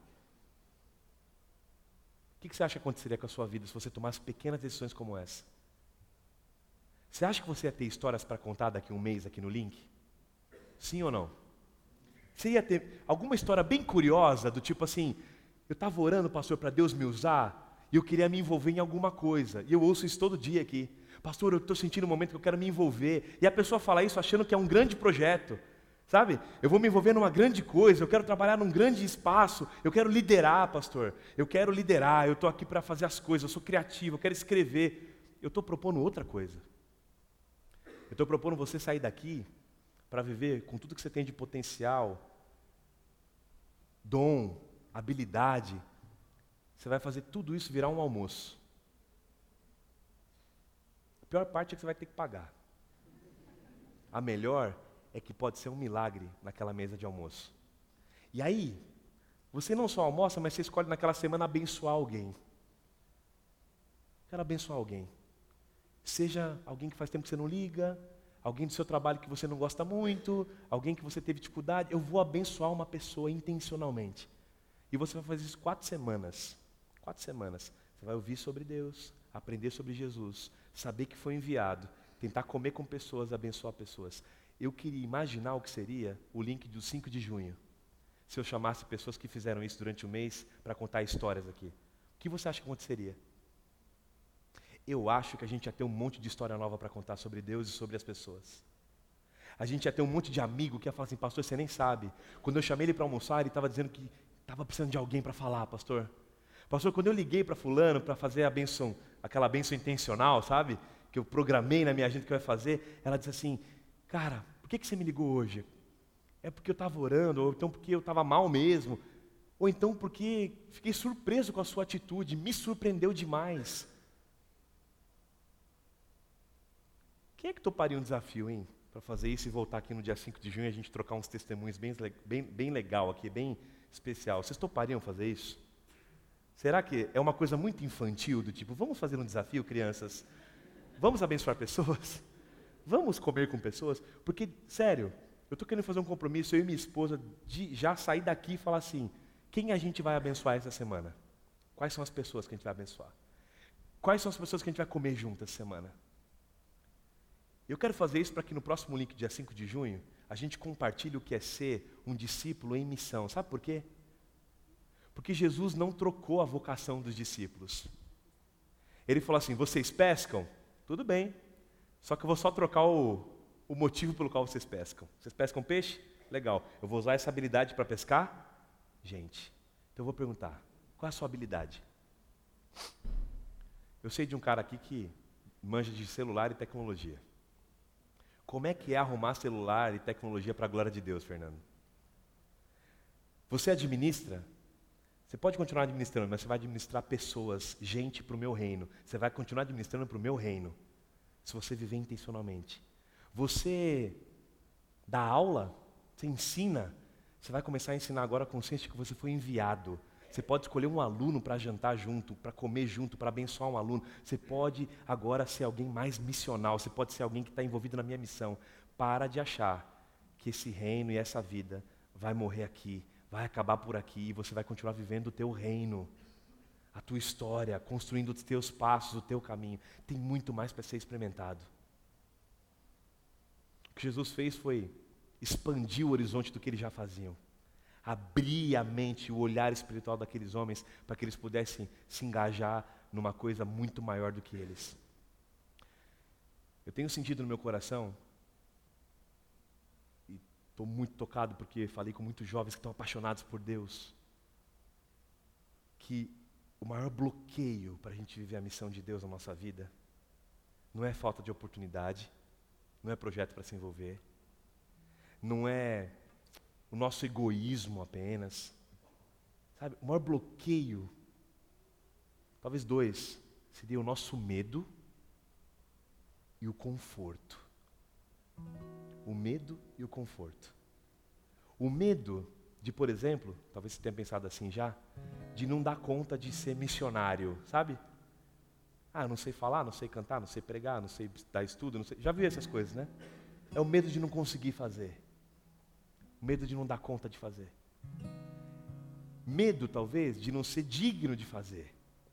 O que você acha que aconteceria com a sua vida se você tomasse pequenas decisões como essa? Você acha que você ia ter histórias para contar daqui a um mês aqui no link? Sim ou não? Você ia ter alguma história bem curiosa, do tipo assim: eu estava orando, pastor, para Deus me usar, e eu queria me envolver em alguma coisa, e eu ouço isso todo dia aqui. Pastor, eu estou sentindo um momento que eu quero me envolver, e a pessoa fala isso achando que é um grande projeto, sabe? Eu vou me envolver numa grande coisa, eu quero trabalhar num grande espaço, eu quero liderar, pastor, eu quero liderar, eu estou aqui para fazer as coisas, eu sou criativo, eu quero escrever. Eu estou propondo outra coisa. Eu estou propondo você sair daqui para viver com tudo que você tem de potencial, dom, habilidade. Você vai fazer tudo isso virar um almoço. A pior parte é que você vai ter que pagar. A melhor é que pode ser um milagre naquela mesa de almoço. E aí, você não só almoça, mas você escolhe naquela semana abençoar alguém. Quero abençoar alguém. Seja alguém que faz tempo que você não liga, alguém do seu trabalho que você não gosta muito, alguém que você teve dificuldade. Eu vou abençoar uma pessoa intencionalmente. E você vai fazer isso 4 semanas. 4 semanas. Você vai ouvir sobre Deus, aprender sobre Jesus, saber que foi enviado, tentar comer com pessoas, abençoar pessoas. Eu queria imaginar o que seria o link do 5 de junho. Se eu chamasse pessoas que fizeram isso durante o mês para contar histórias aqui. O que você acha que aconteceria? Eu acho que a gente ia ter um monte de história nova para contar sobre Deus e sobre as pessoas. A gente ia ter um monte de amigo que ia falar assim: pastor, você nem sabe. Quando eu chamei ele para almoçar, ele estava dizendo que estava precisando de alguém para falar, pastor. Pastor, quando eu liguei para fulano para fazer a bênção, aquela bênção intencional, sabe? Que eu programei na minha agenda que eu ia fazer, ela disse assim: cara, por que você me ligou hoje? É porque eu estava orando, ou então porque eu estava mal mesmo, ou então porque fiquei surpreso com a sua atitude, me surpreendeu demais. Quem é que toparia um desafio, hein? Para fazer isso e voltar aqui no dia 5 de junho e a gente trocar uns testemunhos bem legal aqui, bem especial. Vocês topariam fazer isso? Será que é uma coisa muito infantil, do tipo: vamos fazer um desafio, crianças? Vamos abençoar pessoas? Vamos comer com pessoas? Porque, sério, eu estou querendo fazer um compromisso, eu e minha esposa, de já sair daqui e falar assim: quem a gente vai abençoar essa semana? Quais são as pessoas que a gente vai abençoar? Quais são as pessoas que a gente vai comer junto essa semana? Eu quero fazer isso para que no próximo link, dia 5 de junho, a gente compartilhe o que é ser um discípulo em missão. Sabe por quê? Porque Jesus não trocou a vocação dos discípulos. Ele falou assim: vocês pescam? Tudo bem. Só que eu vou só trocar o motivo pelo qual vocês pescam. Vocês pescam peixe? Legal. Eu vou usar essa habilidade para pescar? Gente, então eu vou perguntar: qual é a sua habilidade? Eu sei de um cara aqui que manja de celular e tecnologia. Como é que é arrumar celular e tecnologia para a glória de Deus, Fernando? Você administra? Você pode continuar administrando, mas você vai administrar pessoas, gente para o meu reino. Você vai continuar administrando para o meu reino, se você viver intencionalmente. Você dá aula, você ensina, você vai começar a ensinar agora a consciência de que você foi enviado. Você pode escolher um aluno para jantar junto, para comer junto, para abençoar um aluno. Você pode agora ser alguém mais missional, você pode ser alguém que está envolvido na minha missão. Para de achar que esse reino e essa vida vai morrer aqui, vai acabar por aqui, e você vai continuar vivendo o teu reino, a tua história, construindo os teus passos, o teu caminho. Tem muito mais para ser experimentado. O que Jesus fez foi expandir o horizonte do que eles já faziam. Abrir a mente, o olhar espiritual daqueles homens, para que eles pudessem se engajar numa coisa muito maior do que eles. Eu tenho sentido no meu coração, e estou muito tocado porque falei com muitos jovens que estão apaixonados por Deus, que o maior bloqueio para a gente viver a missão de Deus na nossa vida não é falta de oportunidade, não é projeto para se envolver, não é o nosso egoísmo apenas, sabe? O maior bloqueio, talvez 2, seria o nosso medo e o conforto. O medo e o conforto. O medo de, por exemplo, talvez você tenha pensado assim já, de não dar conta de ser missionário, sabe? Ah, não sei falar, não sei cantar, não sei pregar, não sei dar estudo, não sei... Já viu essas coisas, né? É o medo de não conseguir fazer. O medo de não dar conta de fazer. Medo, talvez, de não ser digno de fazer.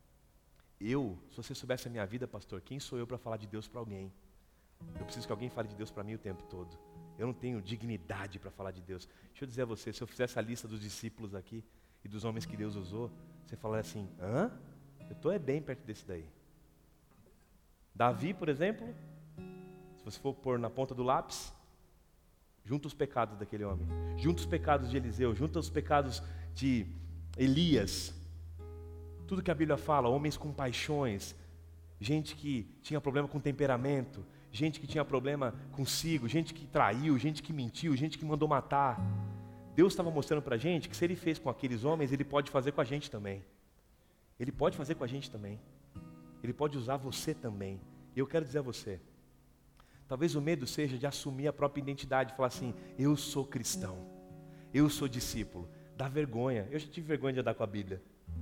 Se você soubesse a minha vida, pastor, quem sou eu para falar de Deus para alguém? Eu preciso que alguém fale de Deus para mim o tempo todo. Eu não tenho dignidade para falar de Deus. Deixa eu dizer a você, se eu fizesse a lista dos discípulos aqui e dos homens que Deus usou, você falaria assim, hã? Eu estou bem perto desse daí. Davi, por exemplo, se você for pôr na ponta do lápis, junta os pecados daquele homem, junta os pecados de Eliseu, junta os pecados de Elias, tudo que a Bíblia fala, homens com paixões, gente que tinha problema com temperamento, gente que tinha problema consigo, gente que traiu, gente que mentiu, gente que mandou matar. Deus estava mostrando para a gente que se Ele fez com aqueles homens, Ele pode fazer com a gente também. Ele pode fazer com a gente também. Ele pode usar você também. E eu quero dizer a você, talvez o medo seja de assumir a própria identidade, falar assim, eu sou cristão, eu sou discípulo. Dá vergonha, eu já tive vergonha de andar com a Bíblia.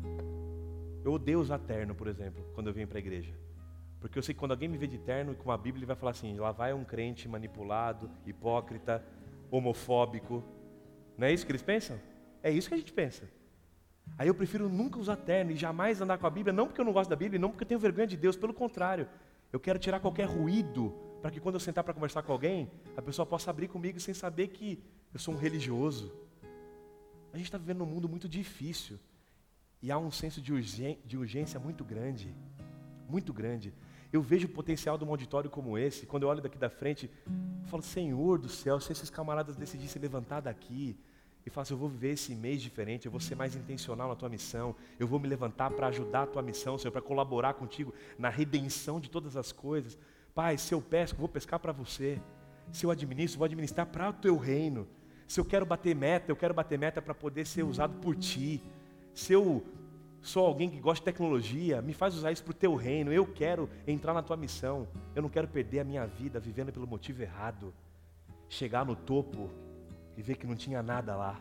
Eu odeio usar terno, por exemplo, quando eu venho para a igreja. Porque eu sei que quando alguém me vê de terno com a Bíblia, ele vai falar assim, lá vai um crente manipulado, hipócrita, homofóbico. Não é isso que eles pensam? É isso que a gente pensa. Aí eu prefiro nunca usar terno e jamais andar com a Bíblia, não porque eu não gosto da Bíblia, não porque eu tenho vergonha de Deus, pelo contrário. Eu quero tirar qualquer ruído, para que quando eu sentar para conversar com alguém, a pessoa possa abrir comigo sem saber que eu sou um religioso. A gente está vivendo num mundo muito difícil. E há um senso de urgência muito grande. Muito grande. Eu vejo o potencial de um auditório como esse, quando eu olho daqui da frente, eu falo, Senhor do céu, se esses camaradas decidissem levantar daqui e falar assim, eu vou viver esse mês diferente, eu vou ser mais intencional na tua missão, eu vou me levantar para ajudar a tua missão, Senhor, para colaborar contigo na redenção de todas as coisas. Pai, se eu pesco, vou pescar para você. Se eu administro, vou administrar para o teu reino. Se eu quero bater meta, eu quero bater meta para poder ser usado por ti. Se eu sou alguém que gosta de tecnologia, me faz usar isso para o teu reino. Eu quero entrar na tua missão. Eu não quero perder a minha vida vivendo pelo motivo errado. Chegar no topo e ver que não tinha nada lá.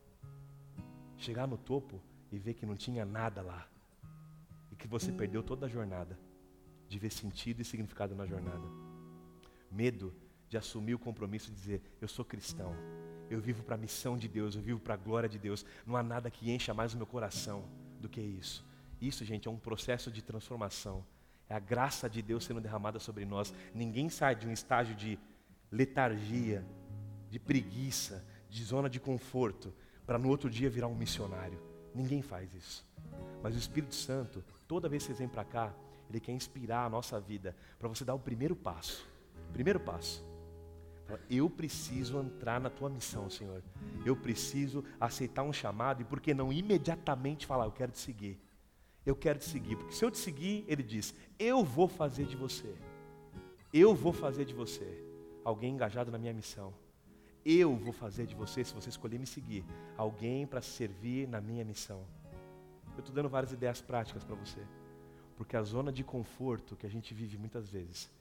Chegar no topo e ver que não tinha nada lá. E que você perdeu toda a jornada. De ver sentido e significado na jornada. Medo de assumir o compromisso de dizer, eu sou cristão. Eu vivo para a missão de Deus, eu vivo para a glória de Deus. Não há nada que encha mais o meu coração do que isso. Isso, gente, é um processo de transformação. É a graça de Deus sendo derramada sobre nós. Ninguém sai de um estágio de letargia, de preguiça, de zona de conforto, para no outro dia virar um missionário. Ninguém faz isso. Mas o Espírito Santo, toda vez que vocês vêm para cá, Ele quer inspirar a nossa vida para você dar o primeiro passo. Primeiro passo. Eu preciso entrar na tua missão, Senhor. Eu preciso aceitar um chamado e por que não imediatamente falar, eu quero te seguir. Eu quero te seguir, porque se eu te seguir, Ele diz, eu vou fazer de você. Eu vou fazer de você alguém engajado na minha missão. Eu vou fazer de você, se você escolher me seguir, alguém para servir na minha missão. Eu estou dando várias ideias práticas para você. Porque a zona de conforto que a gente vive muitas vezes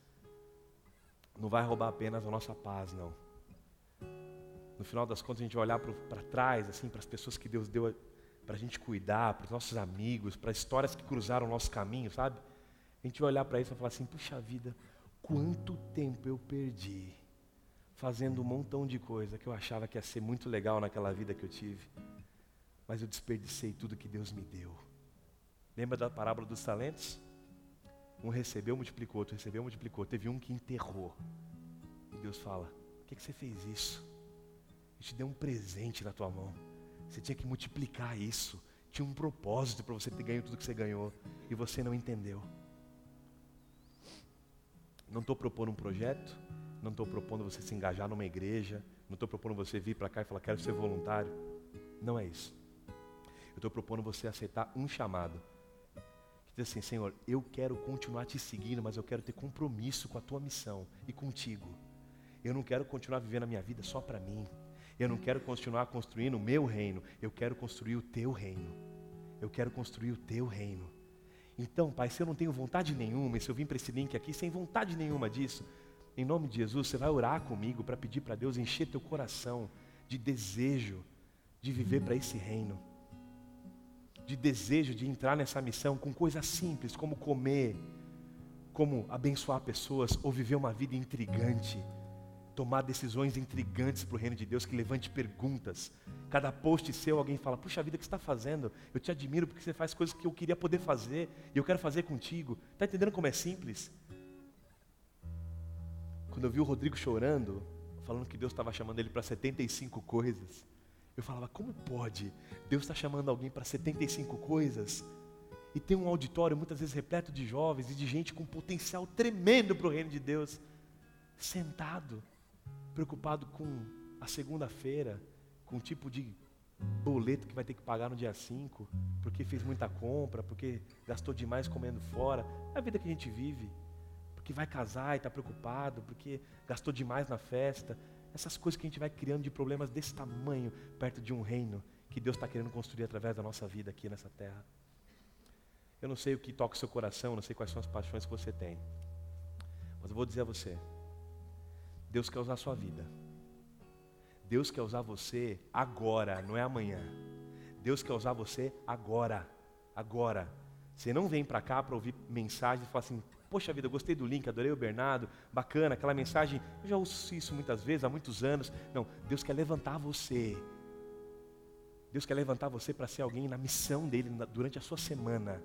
não vai roubar apenas a nossa paz, não. No final das contas, a gente vai olhar para trás, assim, para as pessoas que Deus deu para a gente cuidar, para os nossos amigos, para histórias que cruzaram o nosso caminho, sabe? A gente vai olhar para isso e vai falar assim, puxa vida, quanto tempo eu perdi fazendo um montão de coisa que eu achava que ia ser muito legal naquela vida que eu tive, mas eu desperdicei tudo que Deus me deu. Lembra da parábola dos talentos? Um recebeu, multiplicou, outro recebeu, multiplicou. Teve um que enterrou. E Deus fala, por que você fez isso? Eu te dei um presente na tua mão. Você tinha que multiplicar isso. Tinha um propósito para você ter ganho tudo que você ganhou. E você não entendeu. Não estou propondo um projeto. Não estou propondo você se engajar numa igreja. Não estou propondo você vir para cá e falar, quero ser voluntário. Não é isso. Eu estou propondo você aceitar um chamado. Diz assim, Senhor, eu quero continuar te seguindo, mas eu quero ter compromisso com a tua missão e contigo. Eu não quero continuar vivendo a minha vida só para mim. Eu não quero continuar construindo o meu reino. Eu quero construir o teu reino. Eu quero construir o teu reino. Então, Pai, se eu não tenho vontade nenhuma, e se eu vim para esse link aqui sem vontade nenhuma disso, em nome de Jesus, você vai orar comigo para pedir para Deus encher teu coração de desejo de viver para esse reino, de desejo de entrar nessa missão com coisas simples, como comer, como abençoar pessoas ou viver uma vida intrigante, tomar decisões intrigantes para o reino de Deus, que levante perguntas. Cada post seu, alguém fala, puxa vida, o que você está fazendo? Eu te admiro porque você faz coisas que eu queria poder fazer e eu quero fazer contigo. Está entendendo como é simples? Quando eu vi o Rodrigo chorando, falando que Deus estava chamando ele para 75 coisas, eu falava, como pode? Deus está chamando alguém para 75 coisas e tem um auditório muitas vezes repleto de jovens e de gente com potencial tremendo para o reino de Deus, sentado, preocupado com a segunda-feira, com o tipo de boleto que vai ter que pagar no dia 5, porque fez muita compra, porque gastou demais comendo fora. É a vida que a gente vive. Porque vai casar e está preocupado, porque gastou demais na festa. Essas coisas que a gente vai criando de problemas desse tamanho perto de um reino que Deus está querendo construir através da nossa vida aqui nessa terra. Eu não sei o que toca o seu coração, eu não sei quais são as paixões que você tem. Mas eu vou dizer a você, Deus quer usar a sua vida. Deus quer usar você agora, não é amanhã. Deus quer usar você agora, agora. Você não vem para cá para ouvir mensagem e falar assim, poxa vida, eu gostei do link, adorei o Bernardo, bacana, aquela mensagem, eu já ouço isso muitas vezes, há muitos anos. Não, Deus quer levantar você. Deus quer levantar você para ser alguém na missão dele durante a sua semana.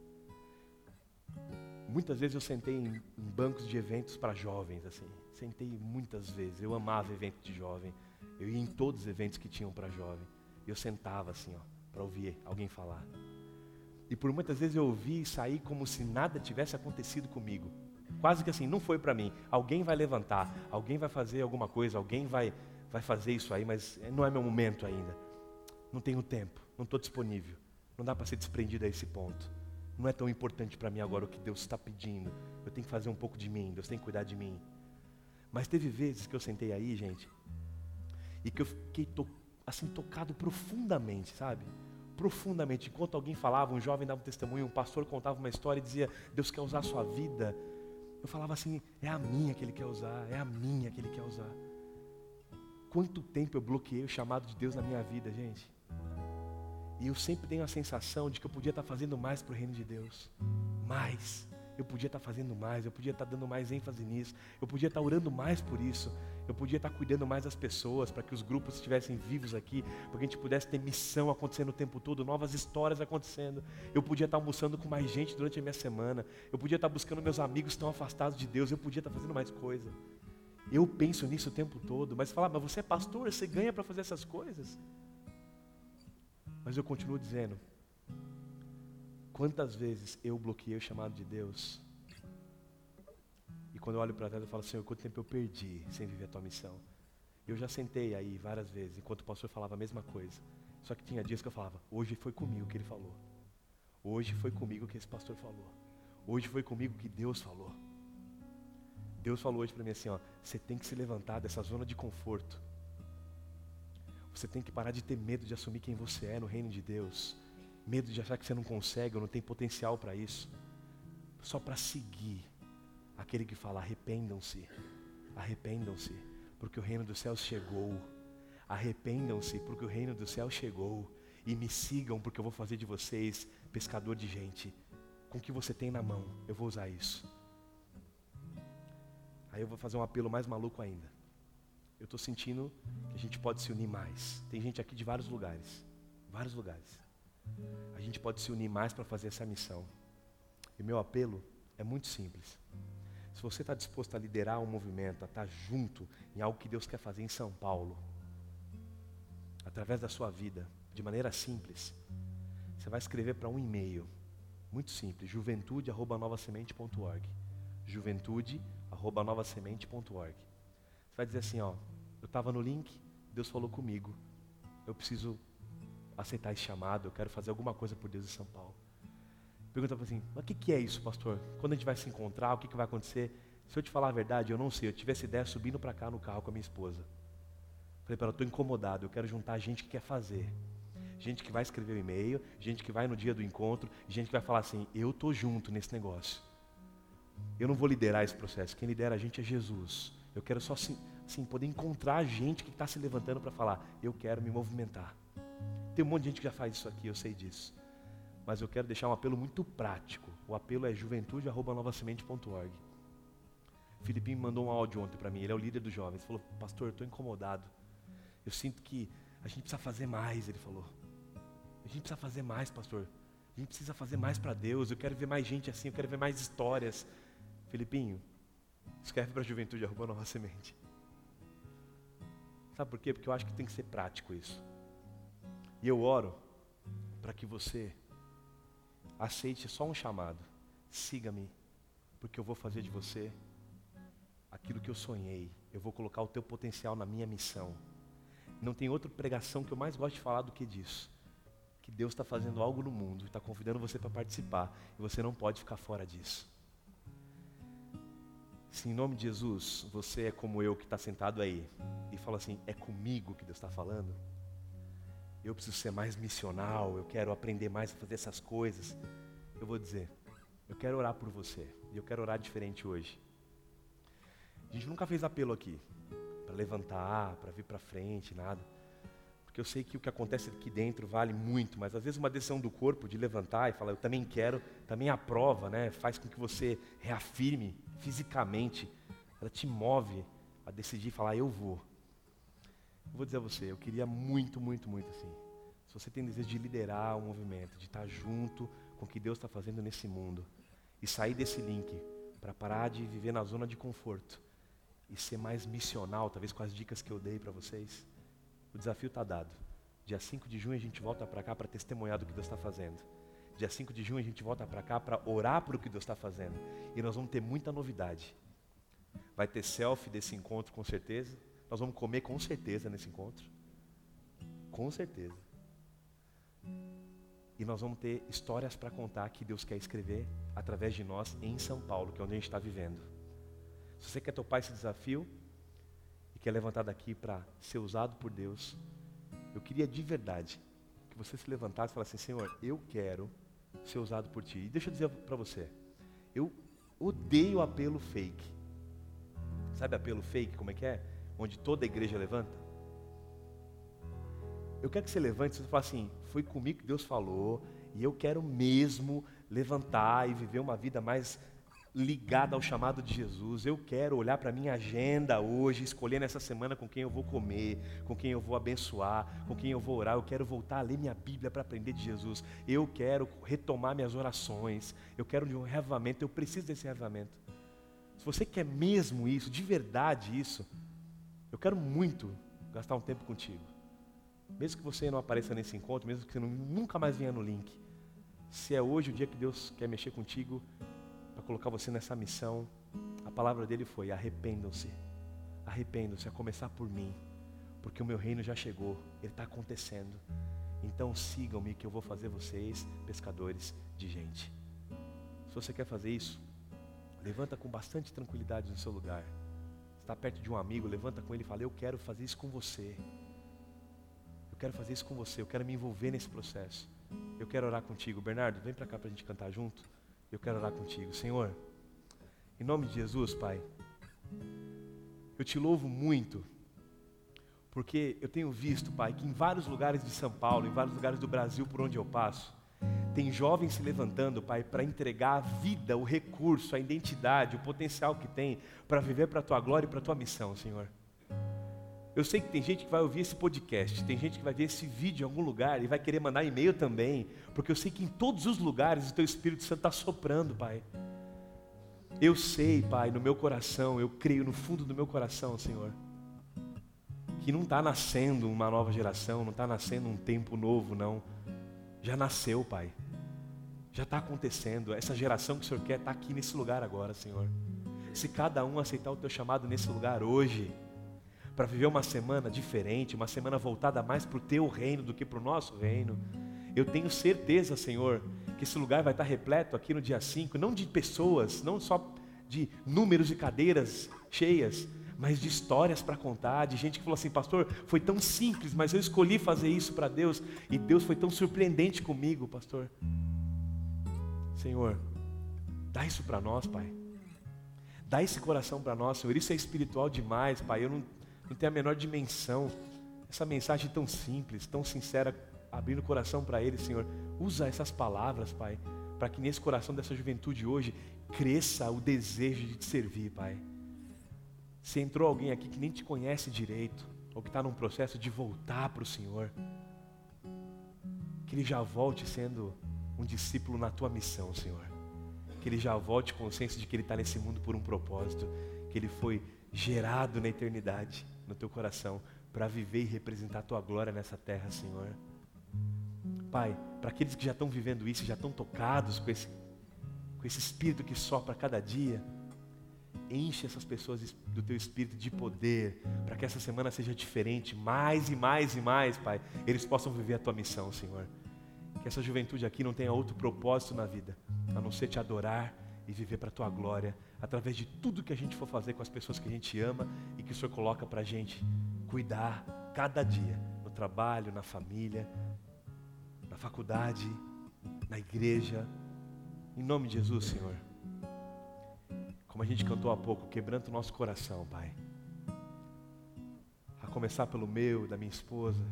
Muitas vezes eu sentei em bancos de eventos para jovens, assim. Sentei muitas vezes, eu amava evento de jovem. Eu ia em todos os eventos que tinham para jovem. E eu sentava assim, ó, para ouvir alguém falar. E por muitas vezes eu ouvi e saí como se nada tivesse acontecido comigo. Quase que assim, não foi para mim. Alguém vai levantar, alguém vai fazer alguma coisa, alguém vai fazer isso aí, mas não é meu momento ainda. Não tenho tempo, não estou disponível. Não dá para ser desprendido a esse ponto. Não é tão importante para mim agora o que Deus está pedindo. Eu tenho que fazer um pouco de mim, Deus tem que cuidar de mim. Mas teve vezes que eu sentei aí, gente, e que eu fiquei assim tocado profundamente, sabe? Profundamente. Enquanto alguém falava, um jovem dava um testemunho, um pastor contava uma história e dizia, Deus quer usar a sua vida. Eu falava assim, é a minha que Ele quer usar, é a minha que Ele quer usar. Quanto tempo eu bloqueei o chamado de Deus na minha vida, gente? E eu sempre tenho a sensação de que eu podia estar fazendo mais para o reino de Deus. Mais. Eu podia estar fazendo mais, eu podia estar dando mais ênfase nisso, eu podia estar orando mais por isso, eu podia estar cuidando mais das pessoas, para que os grupos estivessem vivos aqui, para que a gente pudesse ter missão acontecendo o tempo todo, novas histórias acontecendo. Eu podia estar almoçando com mais gente durante a minha semana, eu podia estar buscando meus amigos que estão afastados de Deus, eu podia estar fazendo mais coisa. Eu penso nisso o tempo todo, mas fala, mas você é pastor, você ganha para fazer essas coisas? Mas eu continuo dizendo, quantas vezes eu bloqueei o chamado de Deus? E quando eu olho para trás eu falo, Senhor, quanto tempo eu perdi sem viver a tua missão? Eu já sentei aí várias vezes, enquanto o pastor falava a mesma coisa. Só que tinha dias que eu falava, hoje foi comigo que ele falou. Hoje foi comigo que esse pastor falou. Hoje foi comigo que Deus falou. Deus falou hoje para mim assim, ó, você tem que se levantar dessa zona de conforto. Você tem que parar de ter medo de assumir quem você é no reino de Deus. Medo de achar que você não consegue ou não tem potencial para isso. Só para seguir aquele que fala, arrependam-se, arrependam-se, porque o reino dos céus chegou. Arrependam-se, porque o reino dos céus chegou. E me sigam, porque eu vou fazer de vocês pescador de gente. Com o que você tem na mão, eu vou usar isso. Aí eu vou fazer um apelo mais maluco ainda. Eu estou sentindo que a gente pode se unir mais. Tem gente aqui de vários lugares. Vários lugares. A gente pode se unir mais para fazer essa missão. E meu apelo é muito simples. Se você está disposto a liderar um movimento, a estar junto em algo que Deus quer fazer em São Paulo, através da sua vida, de maneira simples, você vai escrever para um e-mail, muito simples, juventude@novasemente.org. juventude@novasemente.org. Você vai dizer assim, ó, eu estava no link, Deus falou comigo, eu preciso aceitar esse chamado, eu quero fazer alguma coisa por Deus em São Paulo. Pergunta para assim, mas o que é isso, pastor? Quando a gente vai se encontrar, o que vai acontecer? Se eu te falar a verdade, eu não sei, eu tive essa ideia subindo para cá no carro com a minha esposa. Falei para ela, eu estou incomodado, eu quero juntar gente que quer fazer. gente que vai escrever o e-mail, gente que vai no dia do encontro, gente que vai falar assim, eu estou junto nesse negócio. Eu não vou liderar esse processo, quem lidera a gente é Jesus. Eu quero só assim, poder encontrar gente que está se levantando para falar, eu quero me movimentar. Tem um monte de gente que já faz isso aqui, eu sei disso. Mas eu quero deixar um apelo muito prático. O apelo é juventude@novasemente.org. Filipinho me mandou um áudio ontem para mim, ele é o líder dos jovens. Ele falou, pastor, eu estou incomodado. Eu sinto que a gente precisa fazer mais, ele falou. A gente precisa fazer mais, pastor. A gente precisa fazer mais para Deus. Eu quero ver mais gente assim, eu quero ver mais histórias. Filipinho, escreve para juventude@novasemente. Sabe por quê? Porque eu acho que tem que ser prático isso. E eu oro para que você aceite só um chamado. Siga-me, porque eu vou fazer de você aquilo que eu sonhei. Eu vou colocar o teu potencial na minha missão. Não tem outra pregação que eu mais gosto de falar do que disso. Que Deus está fazendo algo no mundo, está convidando você para participar, e você não pode ficar fora disso. Se em nome de Jesus, você é como eu que está sentado aí, e fala assim, é comigo que Deus está falando? Eu preciso ser mais missional, eu quero aprender mais a fazer essas coisas. Eu vou dizer, eu quero orar por você, e eu quero orar diferente hoje. A gente nunca fez apelo aqui, para levantar, para vir para frente, nada. Porque eu sei que o que acontece aqui dentro vale muito, mas às vezes uma decisão do corpo de levantar e falar, eu também quero, também a prova, né, faz com que você reafirme fisicamente, ela te move a decidir e falar, eu vou. Eu vou dizer a você, eu queria muito assim, se você tem desejo de liderar o movimento, de estar junto com o que Deus está fazendo nesse mundo, e sair desse link, para parar de viver na zona de conforto, e ser mais missional, talvez com as dicas que eu dei para vocês, o desafio está dado. Dia 5 de junho a gente volta para cá para testemunhar do que Deus está fazendo. Dia 5 de junho a gente volta para cá para orar por o que Deus está fazendo. E nós vamos ter muita novidade. Vai ter selfie desse encontro com certeza. Nós vamos comer com certeza nesse encontro. Com certeza. E nós vamos ter histórias para contar que Deus quer escrever através de nós em São Paulo, que é onde a gente está vivendo. Se você quer topar esse desafio e quer levantar daqui para ser usado por Deus, eu queria de verdade que você se levantasse e falasse assim, Senhor, eu quero ser usado por Ti. E deixa eu dizer para você, eu odeio apelo fake. Sabe apelo fake, como é que é? Onde toda a igreja levanta. Eu quero que você levante e você fale assim, foi comigo que Deus falou, e eu quero mesmo levantar e viver uma vida mais ligada ao chamado de Jesus. Eu quero olhar para a minha agenda hoje, escolher nessa semana com quem eu vou comer, com quem eu vou abençoar, com quem eu vou orar. Eu quero voltar a ler minha Bíblia para aprender de Jesus. Eu quero retomar minhas orações. Eu quero de um reavivamento, eu preciso desse reavivamento. Se você quer mesmo isso, de verdade isso, eu quero muito gastar um tempo contigo. Mesmo que você não apareça nesse encontro, mesmo que você nunca mais venha no link. Se é hoje o dia que Deus quer mexer contigo, para colocar você nessa missão, a palavra dele foi, arrependam-se, a começar por mim, porque o meu reino já chegou, ele está acontecendo, então sigam-me que eu vou fazer vocês pescadores de gente. Se você quer fazer isso, levanta com bastante tranquilidade no seu lugar, está perto de um amigo, levanta com ele e fala, eu quero fazer isso com você, eu quero fazer isso com você, eu quero me envolver nesse processo, eu quero orar contigo. Bernardo, vem para cá para a gente cantar junto. Eu quero orar contigo. Senhor, em nome de Jesus, Pai, eu te louvo muito, porque eu tenho visto, Pai, que em vários lugares de São Paulo, em vários lugares do Brasil por onde eu passo, tem jovens se levantando, Pai, para entregar a vida, o recurso, a identidade, o potencial que tem para viver para a Tua glória e para a Tua missão, Senhor. Eu sei que tem gente que vai ouvir esse podcast, tem gente que vai ver esse vídeo em algum lugar e vai querer mandar e-mail também, porque eu sei que em todos os lugares o Teu Espírito Santo está soprando, Pai. Eu sei, Pai, no meu coração, eu creio no fundo do meu coração, Senhor, que não está nascendo uma nova geração, não está nascendo um tempo novo, não. Já nasceu, Pai. Já está acontecendo. Essa geração que o Senhor quer está aqui nesse lugar agora, Senhor. Se cada um aceitar o Teu chamado nesse lugar hoje, para viver uma semana diferente, uma semana voltada mais para o Teu reino do que para o nosso reino, eu tenho certeza, Senhor, que esse lugar vai estar repleto aqui no dia 5, não de pessoas, não só de números e cadeiras cheias, mas de histórias para contar, de gente que falou assim, pastor, foi tão simples, mas eu escolhi fazer isso para Deus, e Deus foi tão surpreendente comigo, pastor. Senhor, dá isso para nós, Pai. Dá esse coração para nós, Senhor. Isso é espiritual demais, Pai. Eu não tenho a menor dimensão. Essa mensagem tão simples, tão sincera, abrindo o coração para Ele, Senhor. Usa essas palavras, Pai, para que nesse coração dessa juventude hoje cresça o desejo de te servir, Pai. Se entrou alguém aqui que nem te conhece direito, ou que está num processo de voltar para o Senhor, que ele já volte sendo um discípulo na tua missão, Senhor. Que ele já volte consciência de que ele está nesse mundo por um propósito, que ele foi gerado na eternidade, no teu coração, para viver e representar a tua glória nessa terra, Senhor. Pai, para aqueles que já estão vivendo isso, já estão tocados com esse espírito que sopra cada dia, enche essas pessoas do teu espírito de poder, para que essa semana seja diferente, mais e mais e mais, Pai, eles possam viver a tua missão, Senhor. Que essa juventude aqui não tenha outro propósito na vida, a não ser te adorar e viver para a tua glória, através de tudo que a gente for fazer com as pessoas que a gente ama e que o Senhor coloca para a gente cuidar cada dia, no trabalho, na família, na faculdade, na igreja, em nome de Jesus, Senhor. Como a gente cantou há pouco, quebranta o nosso coração, Pai, a começar pelo meu, da minha esposa,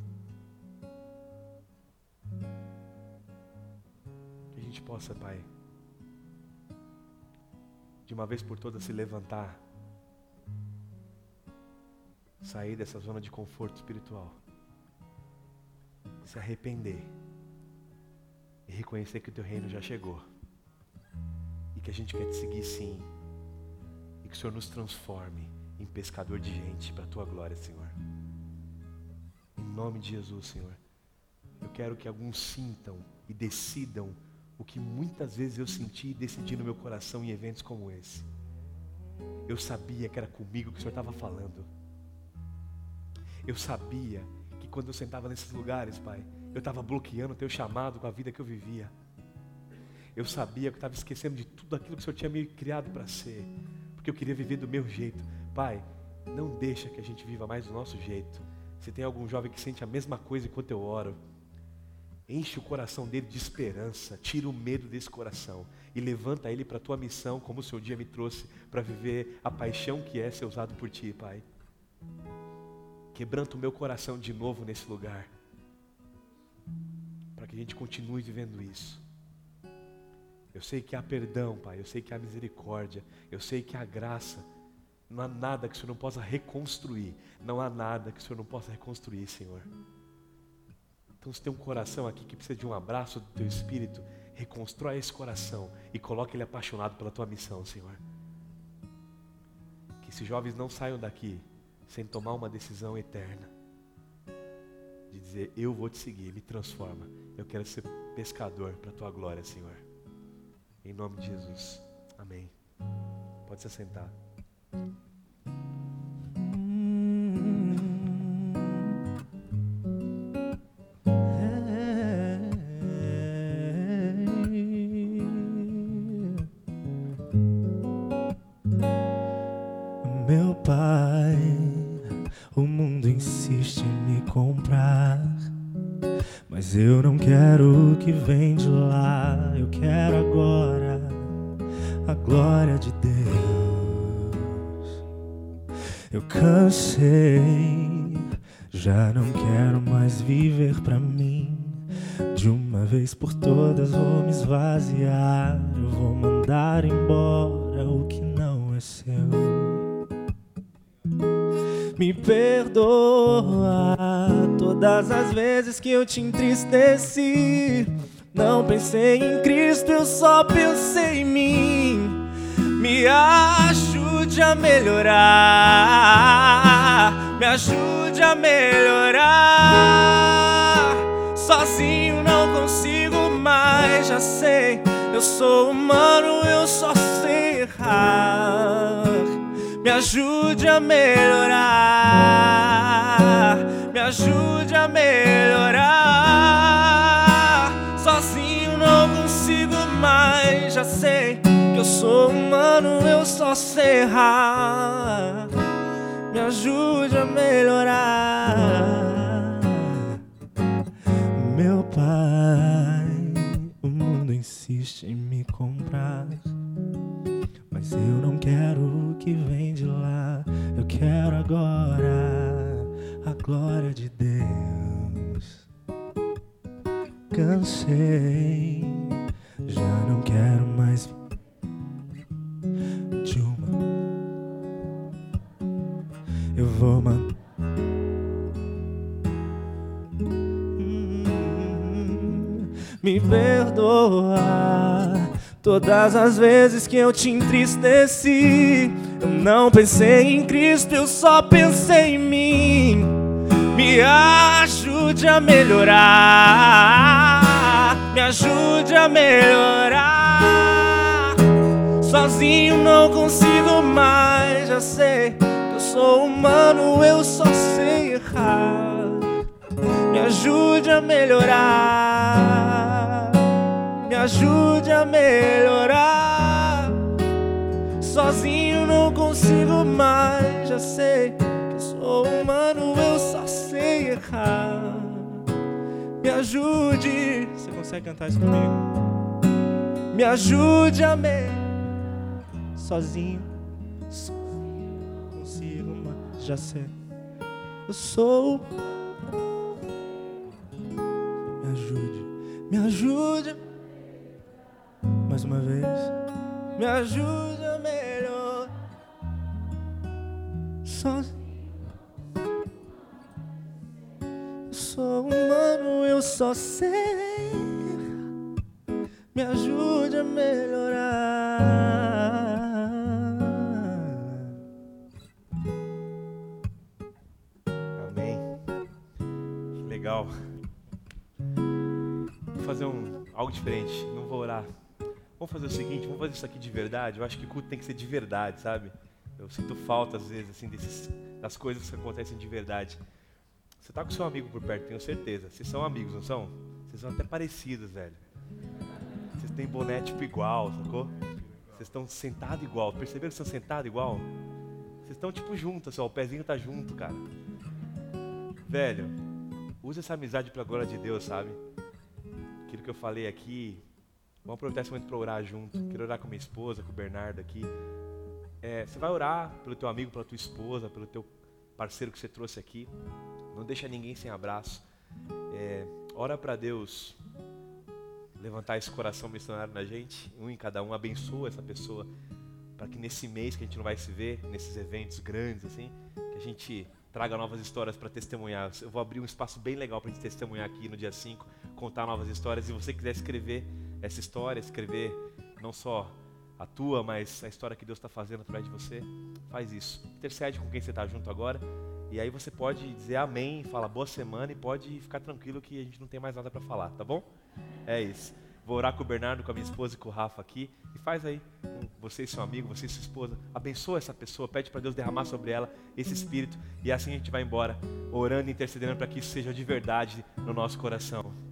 que a gente possa, Pai, de uma vez por todas se levantar, sair dessa zona de conforto espiritual, se arrepender e reconhecer que o teu reino já chegou e que a gente quer te seguir sim, e que o Senhor nos transforme em pescador de gente para a tua glória, Senhor. Em nome de Jesus, Senhor, eu quero que alguns sintam e decidam o que muitas vezes eu senti e decidi no meu coração em eventos como esse. Eu sabia que era comigo que o Senhor estava falando. Eu sabia que quando eu sentava nesses lugares, Pai, eu estava bloqueando o teu chamado com a vida que eu vivia. Eu sabia que eu estava esquecendo de tudo aquilo que o Senhor tinha me criado para ser, porque eu queria viver do meu jeito. Pai, não deixa que a gente viva mais do nosso jeito. Se tem algum jovem que sente a mesma coisa enquanto eu oro, enche o coração dele de esperança, tira o medo desse coração e levanta ele para a tua missão, como o Senhor dia me trouxe, para viver a paixão que é ser usado por ti, Pai. Quebranta o meu coração de novo nesse lugar, para que a gente continue vivendo isso. Eu sei que há perdão, Pai, eu sei que há misericórdia, eu sei que há graça. Não há nada que o Senhor não possa reconstruir, não há nada que o Senhor não possa reconstruir, Senhor. Então se tem um coração aqui que precisa de um abraço do teu Espírito, reconstrói esse coração e coloque ele apaixonado pela tua missão, Senhor. Que esses jovens não saiam daqui sem tomar uma decisão eterna, de dizer, eu vou te seguir, me transforma, eu quero ser pescador para a tua glória, Senhor. Em nome de Jesus, amém. Pode se assentar. Meu Pai, o mundo insiste em me comprar, mas eu não quero o que vem de lá. Eu quero agora a glória de Deus. Eu cansei, já não quero mais viver pra mim. De uma vez por todas vou me esvaziar. Eu vou mandar embora o que não é seu. Me perdoa todas as vezes que eu te entristeci. Não pensei em Cristo, eu só pensei em mim. Me ajude a melhorar, me ajude a melhorar. Sozinho não consigo mais, já sei. Eu sou humano, eu só sei errar. Me ajude a melhorar, me ajude a melhorar. Sozinho não consigo mais, já sei que eu sou humano, eu só sei errar. me ajude a melhorar. Meu pai, o mundo insiste em me comprar, mas eu não quero o que vem de lá. Eu quero agora a glória de Deus. Cansei, já não quero mais de uma. Eu vou me perdoa todas as vezes que eu te entristeci. Eu não pensei em Cristo, eu só pensei em mim. Me ajude a melhorar, me ajude a melhorar. Sozinho não consigo mais, já sei que eu sou humano, eu só sei errar. Me ajude a melhorar, me ajude a melhorar. Sozinho não consigo mais, já sei que eu sou humano, eu só sei errar. Me ajude, você consegue cantar isso comigo? Me ajude a sozinho não consigo mais, já sei, eu sou. Me ajude, mais uma vez, me ajude a melhor. Sozinho, eu sou humano, eu só sei. Me ajude a melhorar. Amém. Que legal. Vou fazer algo diferente, não vou orar. Vamos fazer o seguinte, vamos fazer isso aqui de verdade. Eu acho que o culto tem que ser de verdade, sabe? Eu sinto falta às vezes assim das coisas que acontecem de verdade. Você tá com seu amigo por perto, tenho certeza. Vocês são amigos, não são? Vocês são até parecidos, velho. Vocês têm boné tipo igual, sacou? Vocês estão sentados igual. Perceberam que estão sentados igual? Vocês estão tipo juntos, assim, ó, o pezinho tá junto, cara. Velho, usa essa amizade pra glória de Deus, sabe? Aquilo que eu falei aqui, vamos aproveitar esse momento para orar junto. Quero orar com minha esposa, com o Bernardo aqui. Você vai orar pelo teu amigo, pela tua esposa, pelo teu parceiro que você trouxe aqui. Não deixa ninguém sem abraço. Ora para Deus levantar esse coração missionário na gente, um em cada um. Abençoa essa pessoa, para que nesse mês que a gente não vai se ver, nesses eventos grandes assim, que a gente traga novas histórias para testemunhar. Eu vou abrir um espaço bem legal para a gente testemunhar aqui no dia 5, contar novas histórias. Se você quiser escrever essa história, escrever não só a tua, mas a história que Deus está fazendo através de você, faz isso. Intercede com quem você está junto agora. E aí você pode dizer amém, fala boa semana e pode ficar tranquilo que a gente não tem mais nada para falar, tá bom? É isso. Vou orar com o Bernardo, com a minha esposa e com o Rafa aqui. E faz aí, você e seu amigo, você e sua esposa. Abençoa essa pessoa, pede para Deus derramar sobre ela esse espírito. E assim a gente vai embora, orando e intercedendo para que isso seja de verdade no nosso coração.